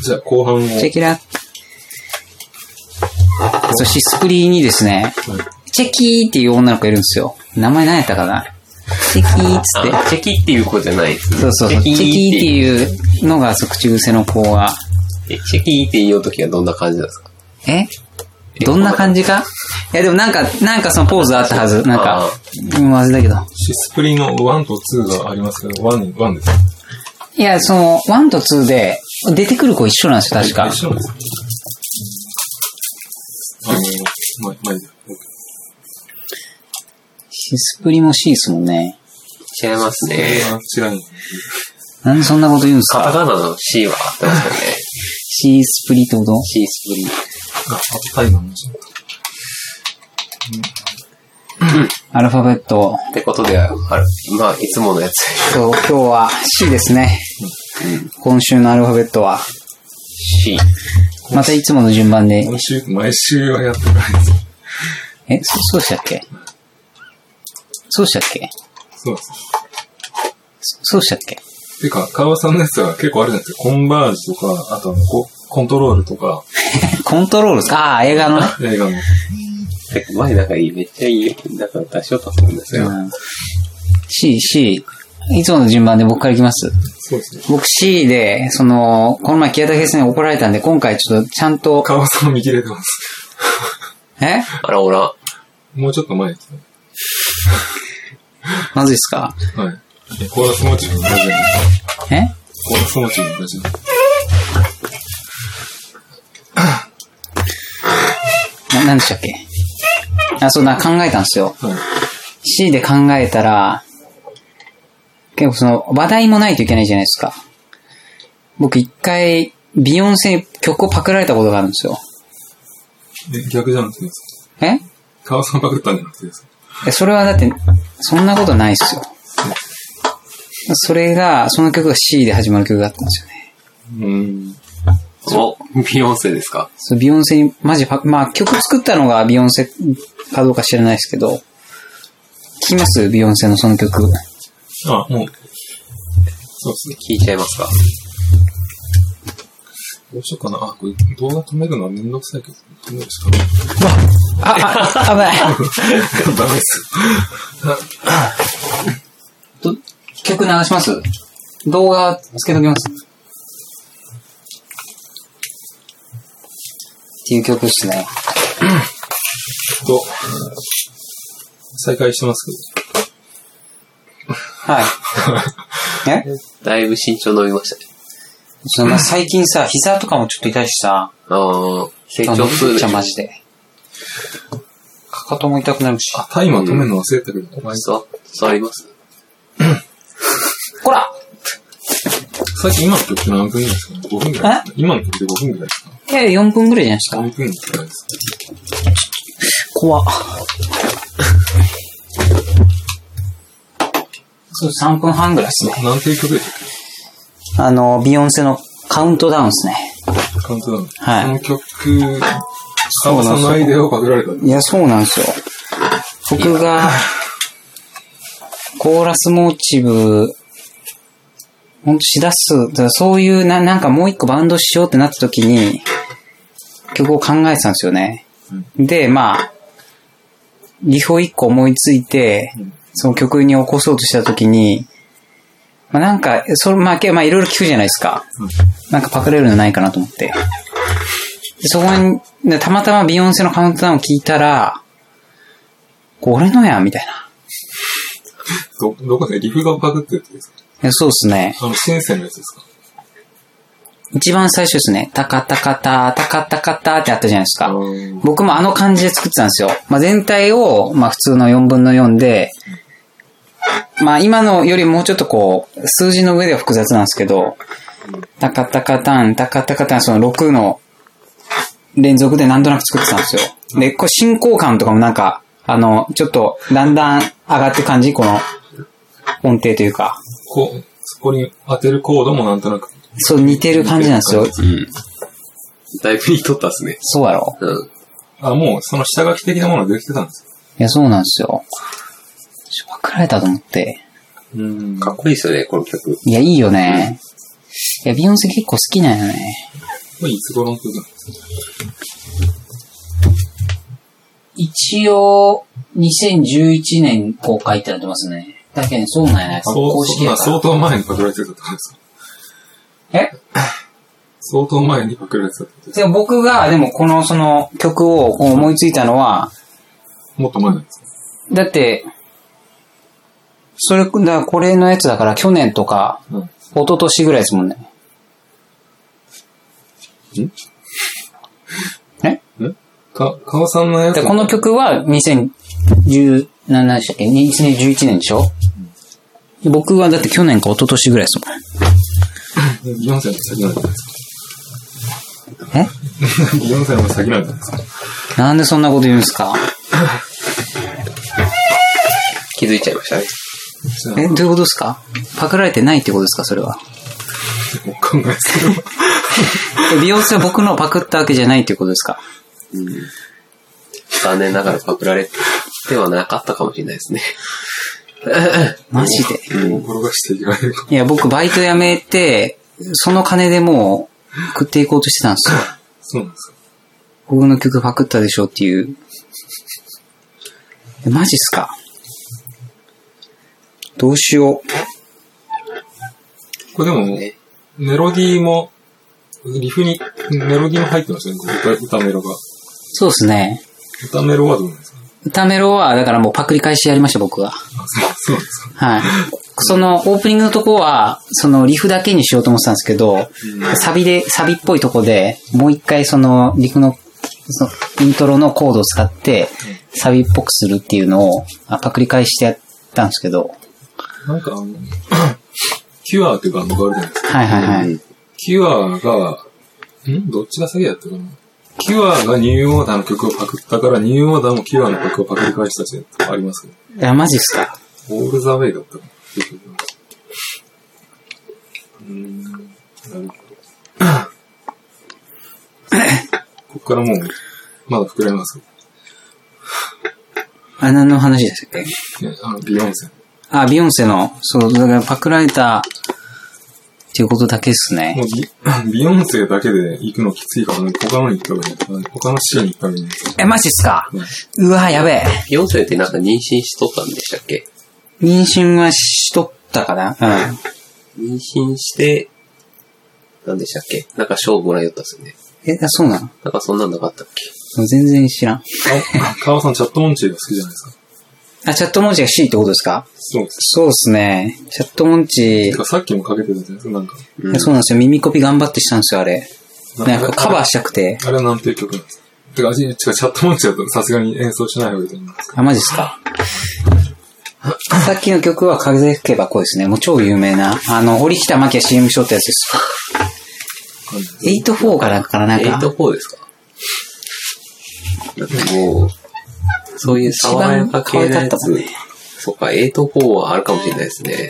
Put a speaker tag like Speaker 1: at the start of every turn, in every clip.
Speaker 1: じゃあ後半を。
Speaker 2: チェキラ。シスプリにですね、チェキーっていう女の子いるんですよ。名前何やったかな？チェキーっつって。
Speaker 3: チェキっていう子じゃないですね。
Speaker 2: そうそうそう。チェキーっていうのが口癖の子が。
Speaker 3: チェキーって言うときはどんな感じなんですか？
Speaker 2: どんな感じか？いやでもなんかそのポーズあったはず。なんか、忘れたけど。
Speaker 1: シスプリの1と2がありますけど、1です。
Speaker 2: いや、その、1と2で、出てくる子一緒なんですよ、確か。
Speaker 1: 一緒なんですか？
Speaker 2: シスプリも C ですもんね。
Speaker 3: 違いますね。
Speaker 1: 違う。
Speaker 2: なんでそんなこと言うんですか？
Speaker 3: カタカナの C はあってますよね。
Speaker 2: シスプリってこと？
Speaker 3: シスプリ。
Speaker 1: タイマーの人。
Speaker 2: アルファベット。
Speaker 3: ってことで、まあ、いつものやつ。
Speaker 2: そう、今日は C ですね。今週のアルファベットは
Speaker 3: C。
Speaker 2: またいつもの順番で。
Speaker 1: 毎週はやってないです。
Speaker 2: そうしたっけ？そうしたっけ？
Speaker 1: そうです。
Speaker 2: そうしたっけ？
Speaker 1: てか、川さんのやつは結構あるじゃないですか。コンバージとか、あとコントロールとか。
Speaker 2: コントロールですか？映画のね。
Speaker 1: 映画の。
Speaker 3: 前なんかめっちゃいい。だから出しようとするんですよ。
Speaker 2: C。いつもの順番で僕からいきます。
Speaker 1: そうですね。
Speaker 2: 僕 C で、この前木谷さんに怒られたんで、今回ちょっとちゃんと。
Speaker 1: 川さん見切れてます。
Speaker 3: あらおら。
Speaker 1: もうちょっと前ですね。
Speaker 2: まずいですか？
Speaker 1: はい。コーラスモチーフの大事なんです。コーラスモチーフの大事なんです。
Speaker 2: 何でしたっけ？そう考えたんですよ。
Speaker 1: はい。
Speaker 2: C で考えたら、結構話題もないといけないじゃないですか。僕一回、ビヨンセに曲をパクられたことがあるんですよ。
Speaker 1: 逆じゃなくてですか？川さんパクったんじゃなくてですか？
Speaker 2: それはだって、そんなことないっすよ。その曲が C で始まる曲だったんですよね。
Speaker 3: ビヨンセですか？
Speaker 2: そう、ビヨンセに、マジ曲作ったのがビヨンセかどうか知らないですけど、聞きます？ビヨンセのその曲。
Speaker 1: もう。そうですね。
Speaker 3: 聞いちゃいますか？
Speaker 1: どうしようかな。これ動画止めるのはめんどくさいけど、どうですかね。
Speaker 2: 危ない。
Speaker 1: ダメです。
Speaker 2: 曲流します？動画つけときます。っていう曲ですね。
Speaker 1: 再開してますけ
Speaker 2: ど。はい。
Speaker 3: だいぶ身長伸びましたね。
Speaker 2: 最近さ、膝とかもちょっと痛いしさ。
Speaker 3: 成長するでしょ。
Speaker 2: マジで。かかとも痛くなるし。
Speaker 1: タイマー止めるの忘れたけど。
Speaker 3: 触ります？
Speaker 2: こら！
Speaker 1: 最近今の曲って何分ぐらいですかね？ 5 分ぐらいですか？今の曲で5分ぐらいですか？
Speaker 2: いや、4分ぐらいじゃないですか。
Speaker 1: 4分ぐらいです。
Speaker 2: 怖っ。そう、3分半ぐらいですね。
Speaker 1: なんていう曲でしたっけ？
Speaker 2: ビヨンセのカウントダウンですね。
Speaker 1: カウントダウン。
Speaker 2: はい。
Speaker 1: その曲、川さんのアイデアをパクられた。
Speaker 2: いや、そうなんですよ。僕が、コーラスモチーフ、ほんとしだす、そういうなんかもう一個バンドしようってなった時に、曲を考えてたんですよね。で、リフを一個思いついて、その曲に起こそうとした時に、なんか、いろいろ聞くじゃないですか。なんかパクれるのないかなと思って。でそこに、たまたまビヨンセのカウントダウンを聞いたら、俺のやんみたいな。
Speaker 1: どこでリフがパクってるってですか？
Speaker 2: いや、そうですね。
Speaker 1: シンセのやつですか？
Speaker 2: 一番最初ですね。タカタカタ、タカタカタってあったじゃないですか。僕もあの感じで作ってたんですよ。全体を、普通の4分の4で、今のよりもうちょっと数字の上では複雑なんですけど、タカタカタン、タカタカタン、その6の連続でなんとなく作ってたんですよ。で、進行感とかもなんか、ちょっとだんだん上がって感じ、この音程というか。
Speaker 1: そこに当てるコードもなんとなく。
Speaker 2: そう、似てる感じなんですよ。
Speaker 3: だいぶ似とったっすね。
Speaker 2: そうやろ。
Speaker 1: もうその下書き的なものができてたんですよ。
Speaker 2: いや、そうなんですよ。パクられたと思って。
Speaker 3: かっこいいですよね、この曲。
Speaker 2: いや、いいよね。いや、ビヨンセ結構好きなんよね。
Speaker 1: これいつ頃の曲なんですか？
Speaker 2: 一応、2011年公開ってなってますね。だけど、そうなんやね。公式やから。
Speaker 1: 相当前にパクられてたってことですか？
Speaker 2: え？
Speaker 1: 相当前にパクられてたってことですか？
Speaker 2: で僕が、でもその曲を思いついたのは、
Speaker 1: もっと前なんですか？
Speaker 2: だって、これのやつだから去年とか、
Speaker 1: うん、
Speaker 2: 一昨年ぐらいですもんね。
Speaker 1: 川さんのやつ
Speaker 2: この曲は2010、何でしたっけ ?2011 年でしょ、うん、僕はだって去年か一昨年ぐらいですもん。
Speaker 1: ビヨンセの先なんじゃないですか？
Speaker 2: え
Speaker 1: ビヨンセの先なんじゃないですか？
Speaker 2: なんでそんなこと言うんですか？
Speaker 3: 気づいちゃいましたね。
Speaker 2: どういうことですか？パクられてないってことですかそれは。
Speaker 1: わかんないですけど。
Speaker 2: ビヨンセは僕のパクったわけじゃないっていうことですか？
Speaker 3: うん、残念ながらパクられてはなかったかもしれないですね。
Speaker 2: マジで。
Speaker 1: 転がしていかれるか。
Speaker 2: いや、僕バイト辞めて、その金でもう食っていこうとしてたんですよ。
Speaker 1: そうなんですか？
Speaker 2: 僕の曲パクったでしょっていう。マジっすか？どうしよう。
Speaker 1: これでも、メロディーも、リフにメロディーも入ってますよね、歌メロが。
Speaker 2: そうですね。
Speaker 1: 歌メロはどうなんですか？
Speaker 2: 歌メロは、だからもうパクリ返しやりました、僕は。
Speaker 1: そうですか。
Speaker 2: はい。その、オープニングのとこは、その、リフだけにしようと思ってたんですけど、サビっぽいとこで、もう一回その、リフの、イントロのコードを使って、サビっぽくするっていうのを、パクリ返してやったんですけど。
Speaker 1: なんかキュアっていうバンドがあるじゃないですか。
Speaker 2: はいはいはい。
Speaker 1: キュアが、どっちが先だったかな？キュアがニューオーダーの曲をパクったから、ニューオーダーもキュアの曲をパクリ返したってありますね。
Speaker 2: いや、マジっすか？
Speaker 1: オールザウェイだったかな。なるほど。ここからもう、まだ膨らみます。
Speaker 2: 何の話でしたっけ？
Speaker 1: ビヨンセ。
Speaker 2: ビヨンセの、そう、だからパクられたっていうことだけですね。
Speaker 1: もうビヨンセだけで行くのきついからね、他のに行った方がいい。他のシーンに行った方がいいんですよ。
Speaker 2: マジっすか？うわ、やべえ。
Speaker 3: ビヨンセってなんか妊娠しとったんでしたっけ？
Speaker 2: 妊娠はしとったかな？
Speaker 3: うん。妊娠して、なんでしたっけ？なんか賞もらいよったっすよね。
Speaker 2: そうなの？
Speaker 3: なんかそんなんなかったっけ？
Speaker 2: 全然知らん。
Speaker 1: 川さんチャットモンチーが好きじゃないですか。
Speaker 2: チャットモンチが C ってことですか？
Speaker 1: そうです。
Speaker 2: そうですね。チャットモンチ。
Speaker 1: さっきもかけてたじゃないですか、なんか。
Speaker 2: そうなんですよ。耳コピ頑張ってしたんですよ、あれ。なんかカバーしたくて。
Speaker 1: あれはなんていう曲なんですか？てか、チャットモンチだとさすがに演奏しない方がいいと思いますか？
Speaker 2: マジっすか？さっきの曲は風吹けばこうですね。もう超有名な。堀北真希が CM しょったやつです。84かなんかからなんか。
Speaker 3: 84ですか？なんかもう、そういう爽やか系のやつ。ね、そっか、84はあるかもしれないですね。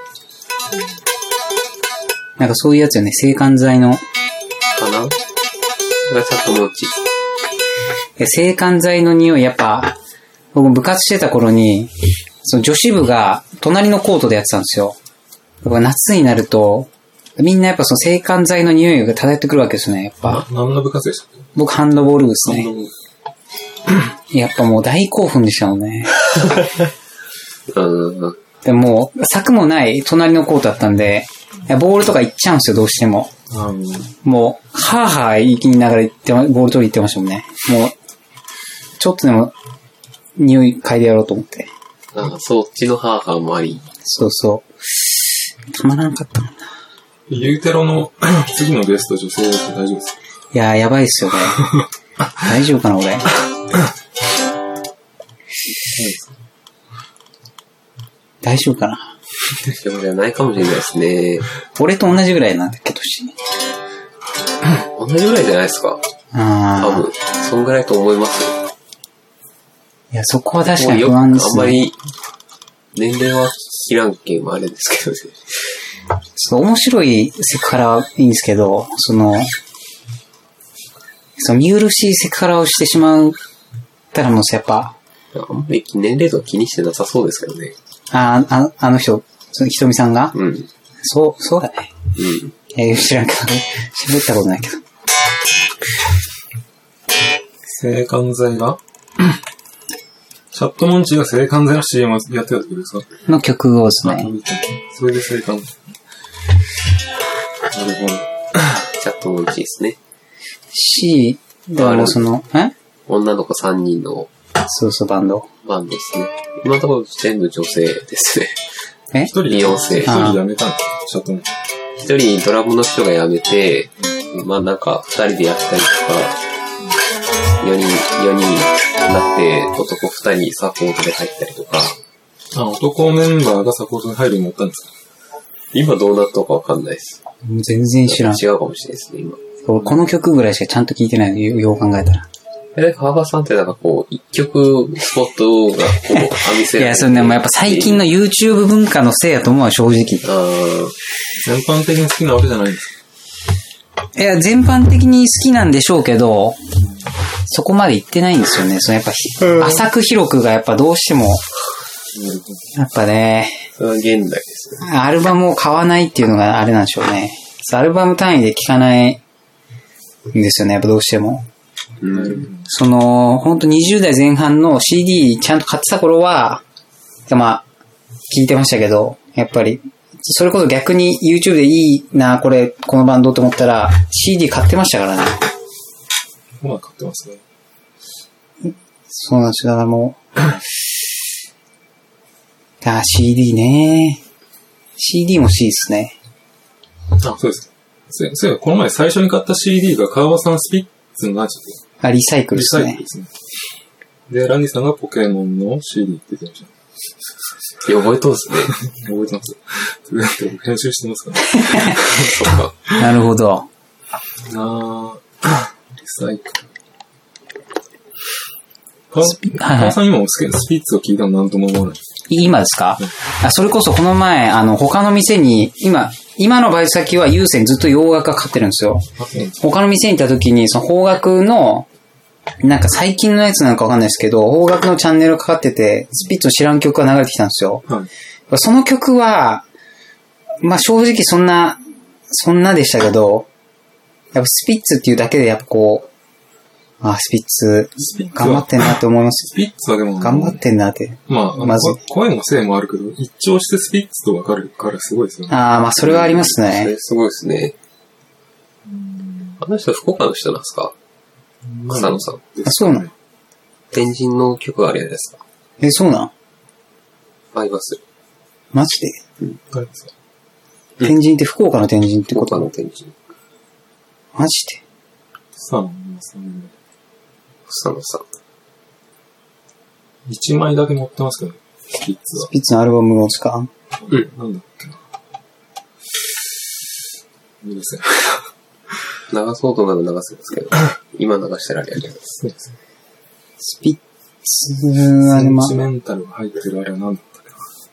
Speaker 2: なんかそういうやつよね、制汗剤の。
Speaker 3: かな？がチャットモンチ。
Speaker 2: 制汗剤の匂い、やっぱ、僕部活してた頃に、その女子部が隣のコートでやってたんですよ。だから夏になると、みんなやっぱその制汗剤の匂いが漂ってくるわけですね、やっぱ。
Speaker 1: 何の部活でしたっけ？
Speaker 2: 僕ハンドボール部ですね。やっぱもう大興奮でしたもんね。でも、柵もない隣のコートだったんで、ボールとか行っちゃうんですよ、どうしても。もう、はぁはぁ言いながらボール取り行ってましたもんね。もう、ちょっとでも、匂い嗅いでやろうと思って。
Speaker 3: そっちのはぁはぁもあり。
Speaker 2: そうそう。たまらなかったもんな。
Speaker 1: ユーテロの次のゲスト女性だって大丈夫ですか？
Speaker 2: いやー、やばいっすよね。大丈夫かな、俺。大丈夫かな。
Speaker 3: 大丈夫じゃないかもしれないですね。
Speaker 2: 俺と同じぐらいなんだけどし。
Speaker 3: 同じぐらいじゃないですか。多分、そんぐらいと思いますよ。
Speaker 2: いや、そこは確かに不安ですね。
Speaker 3: あんまり、年齢は知らんけんはあれですけどね。
Speaker 2: そう、面白いセクハラはいいんですけど、見苦しいセクハラをしてしまったらもうやっぱ。
Speaker 3: あんまり年齢とか気にしてなさそうですけどね。
Speaker 2: あの人、ひとみさんが？
Speaker 3: うん。
Speaker 2: そうだね。
Speaker 3: うん。
Speaker 2: 知らんけど、喋ったことないけど。
Speaker 1: 制汗剤がチャットモンチーが制汗剤の CM をやってた時ですか？
Speaker 2: の曲をですね。
Speaker 1: それで制汗剤。なるほど。
Speaker 3: チャットモンチーですね。
Speaker 2: でもその、
Speaker 3: 女の子3人の
Speaker 2: そうそう、バンド
Speaker 3: ですね。今のところ全部女性ですね。
Speaker 1: 一人
Speaker 3: ビヨンセ。
Speaker 1: 一人辞めたんですか？チャットモンチ
Speaker 3: 一人ドラムの人が辞めて、まあなんか2人でやったりとか、4人になって男2人サポートで入ったりとか。
Speaker 1: 男メンバーがサポートに入るようになったんですか？
Speaker 3: 今どうなったかわかんないです。
Speaker 2: 全然知らん。
Speaker 3: 違うかもしれないですね、今。
Speaker 2: この曲ぐらいしかちゃんと聴いてないのよう考えたら。
Speaker 3: 川場さんってなんかこう、一曲スポットがこう、浴びせる。
Speaker 2: いや、それね、もうやっぱ最近の YouTube 文化のせいやと思うわ、正直。
Speaker 1: 全般的に好きなわけじゃないんですか？
Speaker 2: いや、全般的に好きなんでしょうけど、そこまで行ってないんですよね。そのやっぱ、浅く広くがやっぱどうしても、やっぱね、
Speaker 3: それは現代ですね。
Speaker 2: アルバムを買わないっていうのがあれなんでしょうね。アルバム単位で聴かないんですよね、やっぱどうしても。その、ほんと20代前半の CD ちゃんと買ってた頃は、まあ、聴いてましたけど、やっぱり、それこそ逆に YouTube でいいな、このバンドと思ったら CD 買ってましたからね。
Speaker 1: まあ買ってますね。
Speaker 2: そうなんですよ。だからもう、CD ね。CD も C ですね。
Speaker 1: そうです。そういえばこの前最初に買った CD が川場さんスピッツの何でしたっけ？
Speaker 2: リサイクルですね。
Speaker 1: リサイクルですね。で、ランディさんがポケモンの CD って言ってました。
Speaker 3: いや、覚えとんすね。
Speaker 1: 覚えてます。それだって僕編集してますからね。そっか。
Speaker 2: なるほど。
Speaker 1: リサイクル。川場さん今も好きなスピッツを聞いたのなんとも思わない。
Speaker 2: 今ですか？それこそこの前、他の店に、今のバイト先は有線ずっと洋楽がかかってるんですよ。他の店に行った時に、その邦楽の、なんか最近のやつなんかわかんないですけど、邦楽のチャンネルかかってて、スピッツの知らん曲が流れてきたんですよ。はい、その曲は、まあ正直そんなでしたけど、やっぱスピッツっていうだけでやっぱこう、スピッツ、頑張ってんなって思います。
Speaker 1: スピッツはでも、
Speaker 2: 頑張ってんなって。
Speaker 1: まず。声のせいもあるけど、一聴してスピッツと分かるからすごいですよね。
Speaker 2: まあそれはありますね。
Speaker 3: すごいですね。あの人福岡の人なんですか？草野さん。
Speaker 2: そうなの？
Speaker 3: 天神の曲があるじゃないですか。
Speaker 2: そうなん？
Speaker 3: あります。
Speaker 2: マジで？
Speaker 1: ありますか？
Speaker 2: 天神って福岡の天神ってこと？
Speaker 3: 福岡の天神。
Speaker 2: マジで？
Speaker 3: 草野さん。
Speaker 1: 1枚だけ持ってますけど、スピッツは。
Speaker 2: スピッツのアルバムのですか？
Speaker 1: なんだっけな。いいですね。
Speaker 3: 流そうとなら流せますけど、今流したらあれやります。
Speaker 1: そうですね。
Speaker 2: スピッツ、
Speaker 1: センチメンタルが入ってるあれは何だったっけな。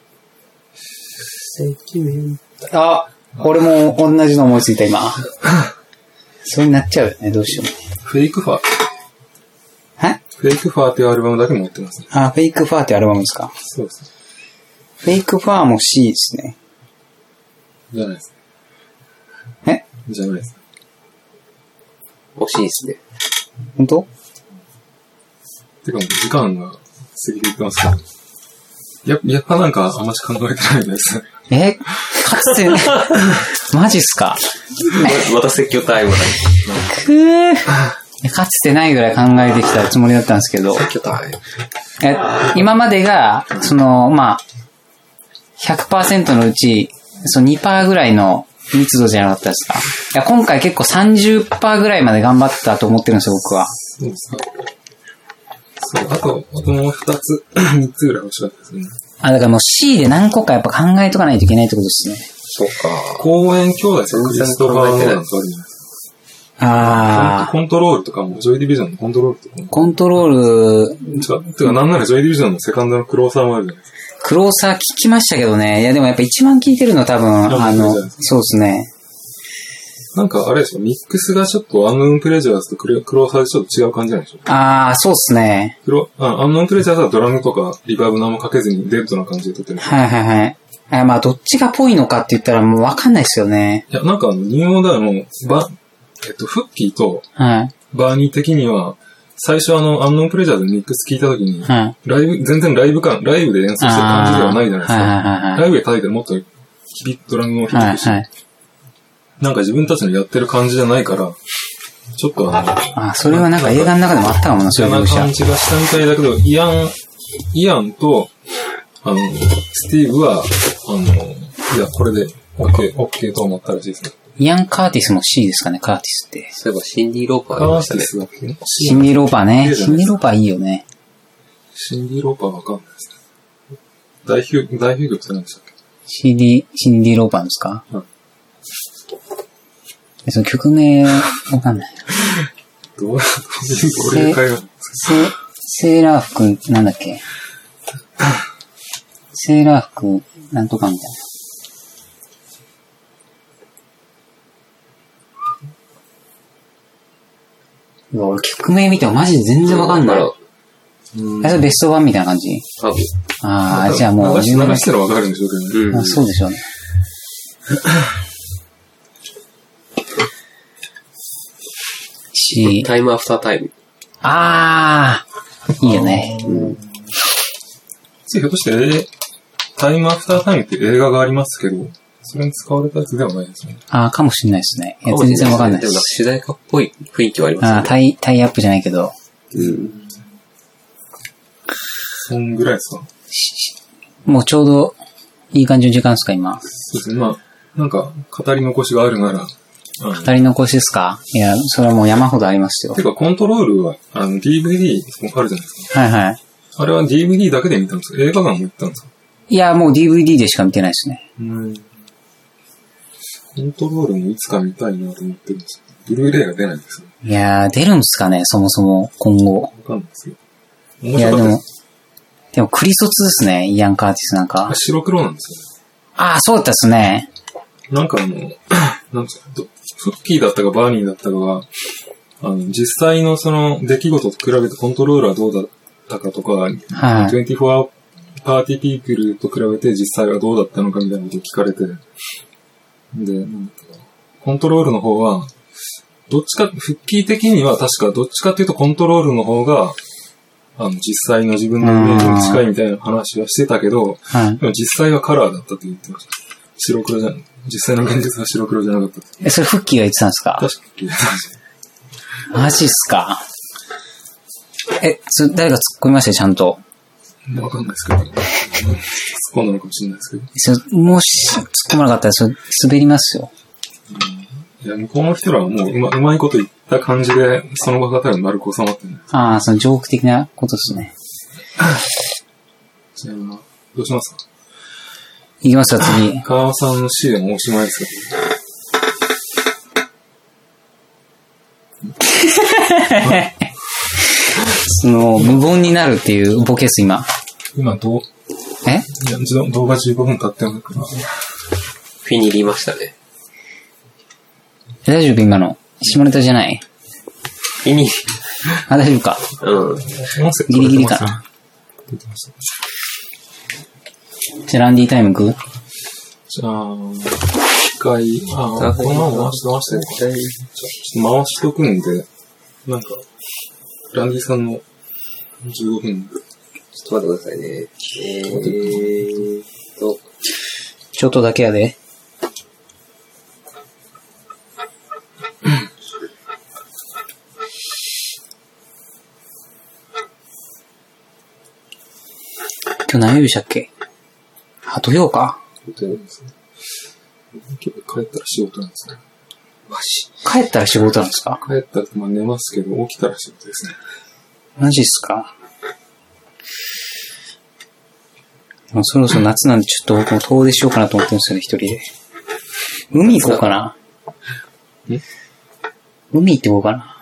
Speaker 3: センチメンタル。
Speaker 2: 俺も同じの思いついた今。それになっちゃうよね、どうしようもね。
Speaker 1: フェイクファー。フェイクファーっていうアルバムだけ持ってますね。
Speaker 2: フェイクファーってアルバムですか？
Speaker 1: そうですね。
Speaker 2: フェイクファーも C ですね。
Speaker 1: じゃないです
Speaker 2: ね。
Speaker 1: じゃないですね。
Speaker 3: 惜しいですね。
Speaker 2: 本当？
Speaker 1: てかもう時間が過ぎていってますから。やっぱなんかあんまし考えてないです。
Speaker 2: かつて、マジっすか？
Speaker 3: また説教タイム
Speaker 2: だ。かつてないぐらい考えてきたつもりだったんですけど、今までが、まあ、100% のうち、2% ぐらいの密度じゃなかったですか。いや、今回結構 30% ぐらいまで頑張ったと思ってるんですよ、僕は。
Speaker 1: そうですか。そう、あともう2つ、3つぐらい欲しかったですね。
Speaker 2: だからもう C で何個かやっぱ考えとかないといけないってことですね。
Speaker 3: そうか。
Speaker 1: 公園兄弟とクリストファー・ノーランとあるじゃないですか。コントロールとかも、ジョイディビジョンのコントロールとかも。
Speaker 2: コントロール。
Speaker 1: てか、なんならジョイディビジョンのセカンドのクローサーもあるじゃないですか。
Speaker 2: クローサー聞きましたけどね。いや、でもやっぱ一番聞いてるのは多分、そうですね。
Speaker 1: なんかあれでしょ、ミックスがちょっとアンノーンプレジャーズとクローサーでちょっと違う感じなんでしょ。
Speaker 2: そうですね。
Speaker 1: アンノーンプレジャーズはドラムとかリバーブ何もかけずにデッドな感じで撮ってる。
Speaker 2: はい。まあ、どっちがぽいのかって言ったらもうわかんないですよね。
Speaker 1: いや、なんかニューオーダーのフッキーとバーニー的には、 最初アンノンプレジャーでミックス聞いたときに、
Speaker 2: はい。
Speaker 1: 全然ライブで演奏してる感じではないじゃないですか。
Speaker 2: はいはいはいはい。
Speaker 1: ライブで叩いてもっとドラムも響くし、
Speaker 2: はいはい。
Speaker 1: なんか自分たちのやってる感じじゃないから、ちょっと
Speaker 2: それはなんか映画の中でもあったかもな、そういう
Speaker 1: 嫌な
Speaker 2: 描写。
Speaker 1: 感じがしたみたいだけど、イアンと、スティーブは、いや、これで OK と思ったらしいですね。
Speaker 2: イアン・カーティスも C ですかね、カーティスって。
Speaker 3: そういえばシンディ・ローパーありましたね。
Speaker 2: シンディ・ローパーね。シンディ・ローパーいいよね。
Speaker 1: シンディ・ローパーわかんないですね。代表曲って何でしたっけ？
Speaker 2: シンディ・ローパーですか？
Speaker 1: はい。
Speaker 2: その曲名、わかんない。
Speaker 1: どういう会話
Speaker 2: セーラー服、なんだっけ？セーラー服、なんとかみたいな。俺曲名見てもマジで全然わかんない。それベスト版みたいな感じ？
Speaker 3: 多分。
Speaker 2: じゃあもう
Speaker 1: 流したらわかるんでしょうけどね。
Speaker 2: そうでしょうね。
Speaker 3: タイムアフタータイム。
Speaker 2: いいよね。
Speaker 1: ひょっとして、タイムアフタータイムって映画がありますけど、それに使われたやつではないですね。
Speaker 2: かもしれないですね。全然わかんないです。
Speaker 3: でも主題歌っぽい雰囲気はあります
Speaker 2: ね。タイアップじゃないけど。
Speaker 1: そんぐらいですか？
Speaker 2: もうちょうどいい感じの時間ですか、今。
Speaker 1: そうですね。まあ、なんか、語り残しがあるなら。
Speaker 2: 語り残しですか？いや、それはもう山ほどありますよ。
Speaker 1: てか、コントロールは、DVD あるじゃないですか。
Speaker 2: はいはい。
Speaker 1: あれは DVD だけで見たんですか？映画館も行ったんですか？
Speaker 2: いや、もう DVD でしか見てないですね。
Speaker 1: コントロールもいつか見たいなと思ってるんですけど、ブルーレイが出ないんですよ。
Speaker 2: いやー、出るんですかね、そもそも、今後。
Speaker 1: わかんないですよ。面白かったです。
Speaker 2: でもクリソツですね、イアン・カーティスなんか。
Speaker 1: 白黒なんですよね。
Speaker 2: そうだったですね。
Speaker 1: なんかなんですか、フッキーだったかバーニーだったかが、実際のその出来事と比べてコントロールはどうだったかとか、24パーティーピープルと比べて実際はどうだったのかみたいなことを聞かれて、で、コントロールの方は、どっちか、フッキー的には確かどっちかっていうとコントロールの方が、実際の自分のイメージに近いみたいな話はしてたけど、でも実際はカラーだったと言ってました。白黒じゃん。実際の現実は白黒じゃなかった。
Speaker 2: それフッキーが言ってたんですか？
Speaker 1: 確かに言ってました。
Speaker 2: マジっすか？誰が突っ込みましたよ、ちゃんと。
Speaker 1: わかんないですけど。突っ込んだのかもしれないですけど。
Speaker 2: もし突っ込まなかったら滑りますよ。
Speaker 1: いや、向こうの人らはもううまいこと言った感じで、その場が多分丸く収まってるんです。
Speaker 2: そのジョーク的なことですね。
Speaker 1: じゃあ、どうしますか？
Speaker 2: いきますよ、次。
Speaker 1: 川さんの C でもおしまいです
Speaker 2: か無言になるっていうボケです、今。
Speaker 1: 今、いや、動画15分経ってるのかな。
Speaker 3: フィニリましたね。
Speaker 2: 大丈夫今の。下ネタじゃない？
Speaker 3: フィニリ。
Speaker 2: 大丈夫か。ギリギリかな。じゃあ、ランディタイム行く？
Speaker 1: じゃあ、一回、このまま回して回しとくんで、なんか、ランディさんの15分。
Speaker 3: ちょっと待ってくださいね。
Speaker 2: ちょっとだけやで。今日何曜日でしたっけ？土曜か。
Speaker 1: 土曜ですね。今日帰ったら仕事なんですね。
Speaker 2: マジ？帰ったら仕事なんですか？
Speaker 1: 帰ったら寝ますけど、起きたら仕事ですね。
Speaker 2: マジっすか？もうそろそろ夏なんでちょっと僕も遠出しようかなと思ってるんですよね、一人で。海行こうかな。海行ってこうかな。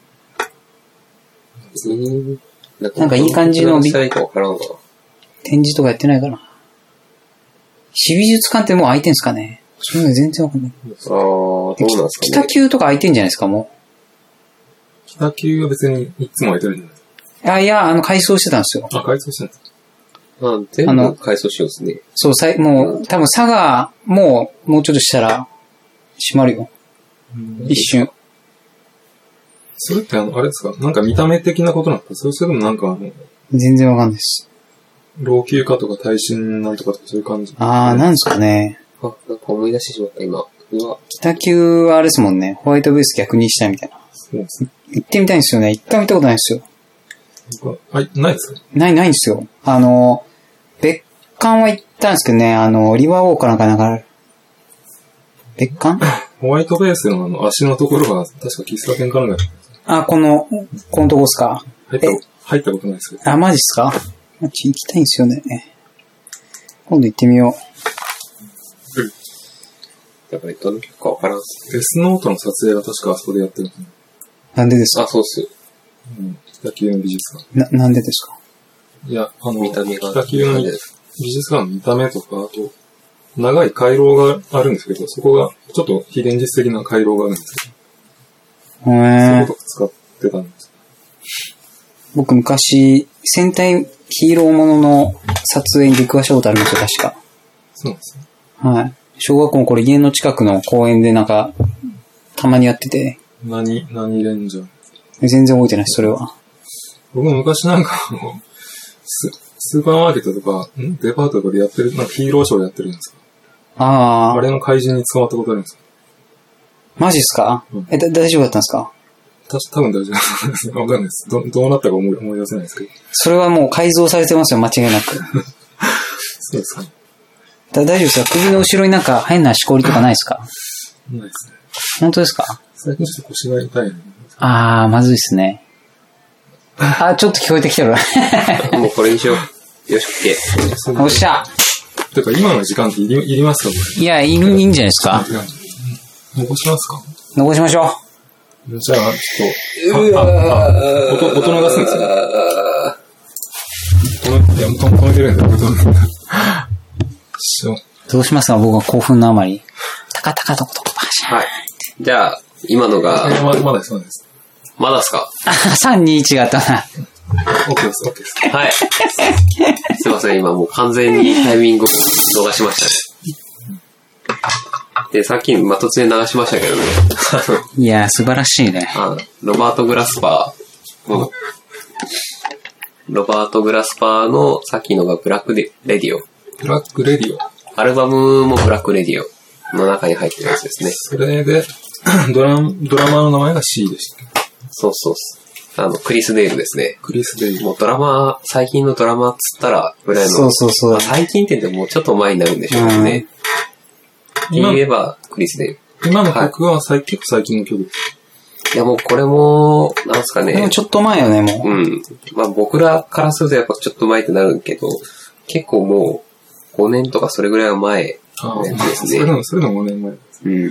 Speaker 2: なんかいい感じの展示とかやってないかな。美術館ってもう開いてんすかね？そんな全然わかんない。
Speaker 3: どうなんですかね。
Speaker 2: 北急とか開いてんじゃないですか、もう。
Speaker 1: 北急は別にいつも開いてるんじゃないですか。
Speaker 2: いや、改装してたんですよ。
Speaker 1: 改装してたんですか。
Speaker 3: 全部改装しようですね。
Speaker 2: そう、もう、多分佐賀、もうちょっとしたら、閉まるよ。一瞬。
Speaker 1: それってあれですか？なんか見た目的なことなんですか？それともなんか
Speaker 2: 全然わかんないです。
Speaker 1: 老朽化とか耐震なんとかとかそういう感じ？
Speaker 2: なんですかね。
Speaker 3: なんか思い出してしまった、今。
Speaker 2: 北急はあれですもんね。ホワイトベース逆にしたいみたいな。
Speaker 1: そうですね。
Speaker 2: 行ってみたいんですよね。一回見たことないんですよ。
Speaker 1: ないですか？
Speaker 2: ないんですよ。別館は行ったんですけどね、リバーウォーカーなんか、別館
Speaker 1: ホワイトベースの足のところが、確か喫茶店からだよ。
Speaker 2: このとこですか？
Speaker 1: 入ったことないですけど。
Speaker 2: マジっすか？行きたいんですよね。今度行ってみよう。
Speaker 3: だからどの曲かわからんす。
Speaker 1: デスノートの撮影が確かあそこでやってる。
Speaker 2: なんでですか？
Speaker 3: そうっすよ。
Speaker 1: 北急の美術館。
Speaker 2: なんでですか？
Speaker 1: いや、
Speaker 3: 見た目が。
Speaker 1: 北急の美術館の見た目とか、あと、長い回廊があるんですけど、そこが、ちょっと非現実的な回廊があるんですけど、そういうこと使ってたんです。
Speaker 2: 僕昔、戦隊ヒーローものの撮影に出くわしたことありますよ、確か。
Speaker 1: そうなんですね。
Speaker 2: はい。小学校の頃家の近くの公園でなんか、たまにやってて。
Speaker 1: 何レンジャー？
Speaker 2: 全然覚えてない、それは。
Speaker 1: 僕も昔なんかスーパーマーケットとか、デパートとかでやってる、なんかヒーローショーやってるんですか？あれの怪人に捕まったことあるんですか？
Speaker 2: マジっすか？大丈夫だったんですか？
Speaker 1: 多分大丈夫です。わかんないです。どうなったか思い出せないですけど。
Speaker 2: それはもう改造されてますよ、間違いなく。
Speaker 1: そうですかね。
Speaker 2: 大丈夫ですか？首の後ろになんか変なしこりとかないですか？
Speaker 1: ないですね。
Speaker 2: 本当ですか？
Speaker 1: 最近ちょっと腰が痛いね。
Speaker 2: まずいですね。ちょっと聞こえてきてる。
Speaker 3: もうこれにしよう。よし、
Speaker 2: OK。おっしゃ。
Speaker 1: てか今の時間っていりますか？これ。
Speaker 2: いや、いいんじゃないですか？
Speaker 1: 残しますか？
Speaker 2: 残しましょ
Speaker 1: う。じゃあ、ちょっと、音流すんですよ。止めてるんだよ。
Speaker 2: どうしますか？僕は興奮のあまり。タカタカトコトコバシャ。
Speaker 3: はい。じゃあ、今のが。
Speaker 1: まだです。
Speaker 3: まだっすか
Speaker 2: ？3、2、1があったな。
Speaker 1: OK です。
Speaker 3: はい。すいません、今もう完全にタイミングを逃しましたね。で、さっき突然流しましたけどね。
Speaker 2: いやー、素晴らしいね。
Speaker 3: ロバート・グラスパーのさっきのがブラックレディオ。
Speaker 1: ブラックレディオ。
Speaker 3: アルバムもブラックレディオの中に入ってるやつですね。
Speaker 1: それで、ドラマーの名前が C でした。
Speaker 3: そう。クリス・デールですね。
Speaker 1: クリス・デール。
Speaker 3: もう最近のドラマっつったらぐらいの。
Speaker 2: そう。
Speaker 3: 最近って言ってもうちょっと前になるんでしょうね。言えば、クリス・デール。
Speaker 1: 今の曲は結構最近の曲です。
Speaker 3: いやもうこれも、なんすかね。
Speaker 2: でもちょっと前よね、も
Speaker 3: う。僕らからするとやっぱちょっと前ってなるけど、結構もう5年とかそれぐらいは前ですね。
Speaker 1: それでも5年前です。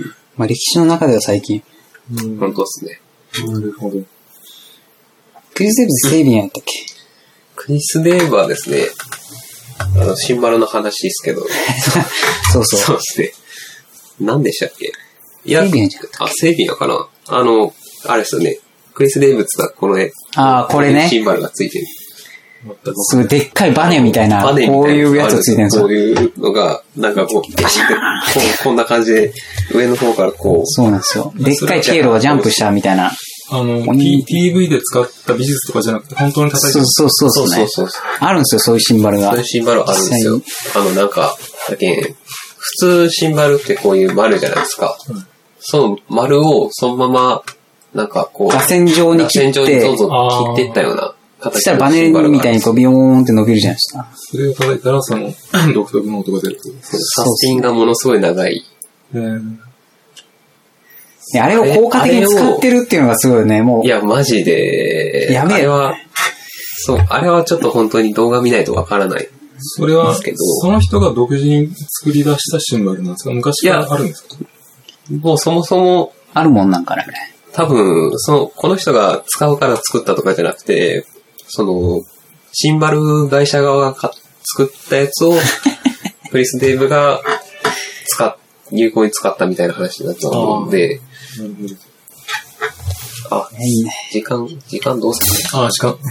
Speaker 2: 歴史の中では最近。
Speaker 3: 本当ですね。
Speaker 1: なるほど。
Speaker 2: クリス・デーブってセイビンやったっけ？
Speaker 3: クリス・デーブはですね、シンバルの話ですけど。
Speaker 2: そう。
Speaker 3: そうですね。何でしたっけ？い
Speaker 2: や、セイビンじゃん。
Speaker 3: セイビンかな？あれですよね。クリス・デーブってこの絵。
Speaker 2: これね。
Speaker 3: シンバルがついてる。
Speaker 2: すごいでっかいバネみたいな、こういうやつついてるんですよ。
Speaker 3: こういうのが、なんかこう、こんな感じで、上の方からこう。
Speaker 2: そうなんですよ。でっかい経路がジャンプしたみたいな。
Speaker 1: PV で使った美術とかじゃなくて、本当に叩いてる。
Speaker 2: そう。あるんですよ、そういうシンバルが。
Speaker 3: そういうシンバルあるんですよ。なんか、普通シンバルってこういう丸じゃないですか。その丸をそのまま、なんかこう、
Speaker 2: 螺旋状に
Speaker 3: 切って、どうぞ切っていったような形。
Speaker 2: そしたらバネみたいにこうビヨーンって伸びるじゃないですか。
Speaker 1: それを叩いたら、その、独特の音が出る。
Speaker 3: サスピンがものすごい長い。
Speaker 2: あれを効果的に使ってるっていうのがすごいね、もう。
Speaker 3: いや、マジで。
Speaker 2: やべえ。
Speaker 3: あれはちょっと本当に動画見ないとわからない。
Speaker 1: それは、その人が独自に作り出したシンバルなんですか？昔からあるんですか？
Speaker 3: もうそもそも。
Speaker 2: あるもんなんかね。
Speaker 3: 多分、この人が使うから作ったとかじゃなくて、シンバル会社側が作ったやつを、クリス・デーブが有効に使ったみたいな話だと思うんで、
Speaker 2: いいね。
Speaker 3: 時間どうすかね。
Speaker 1: 時間。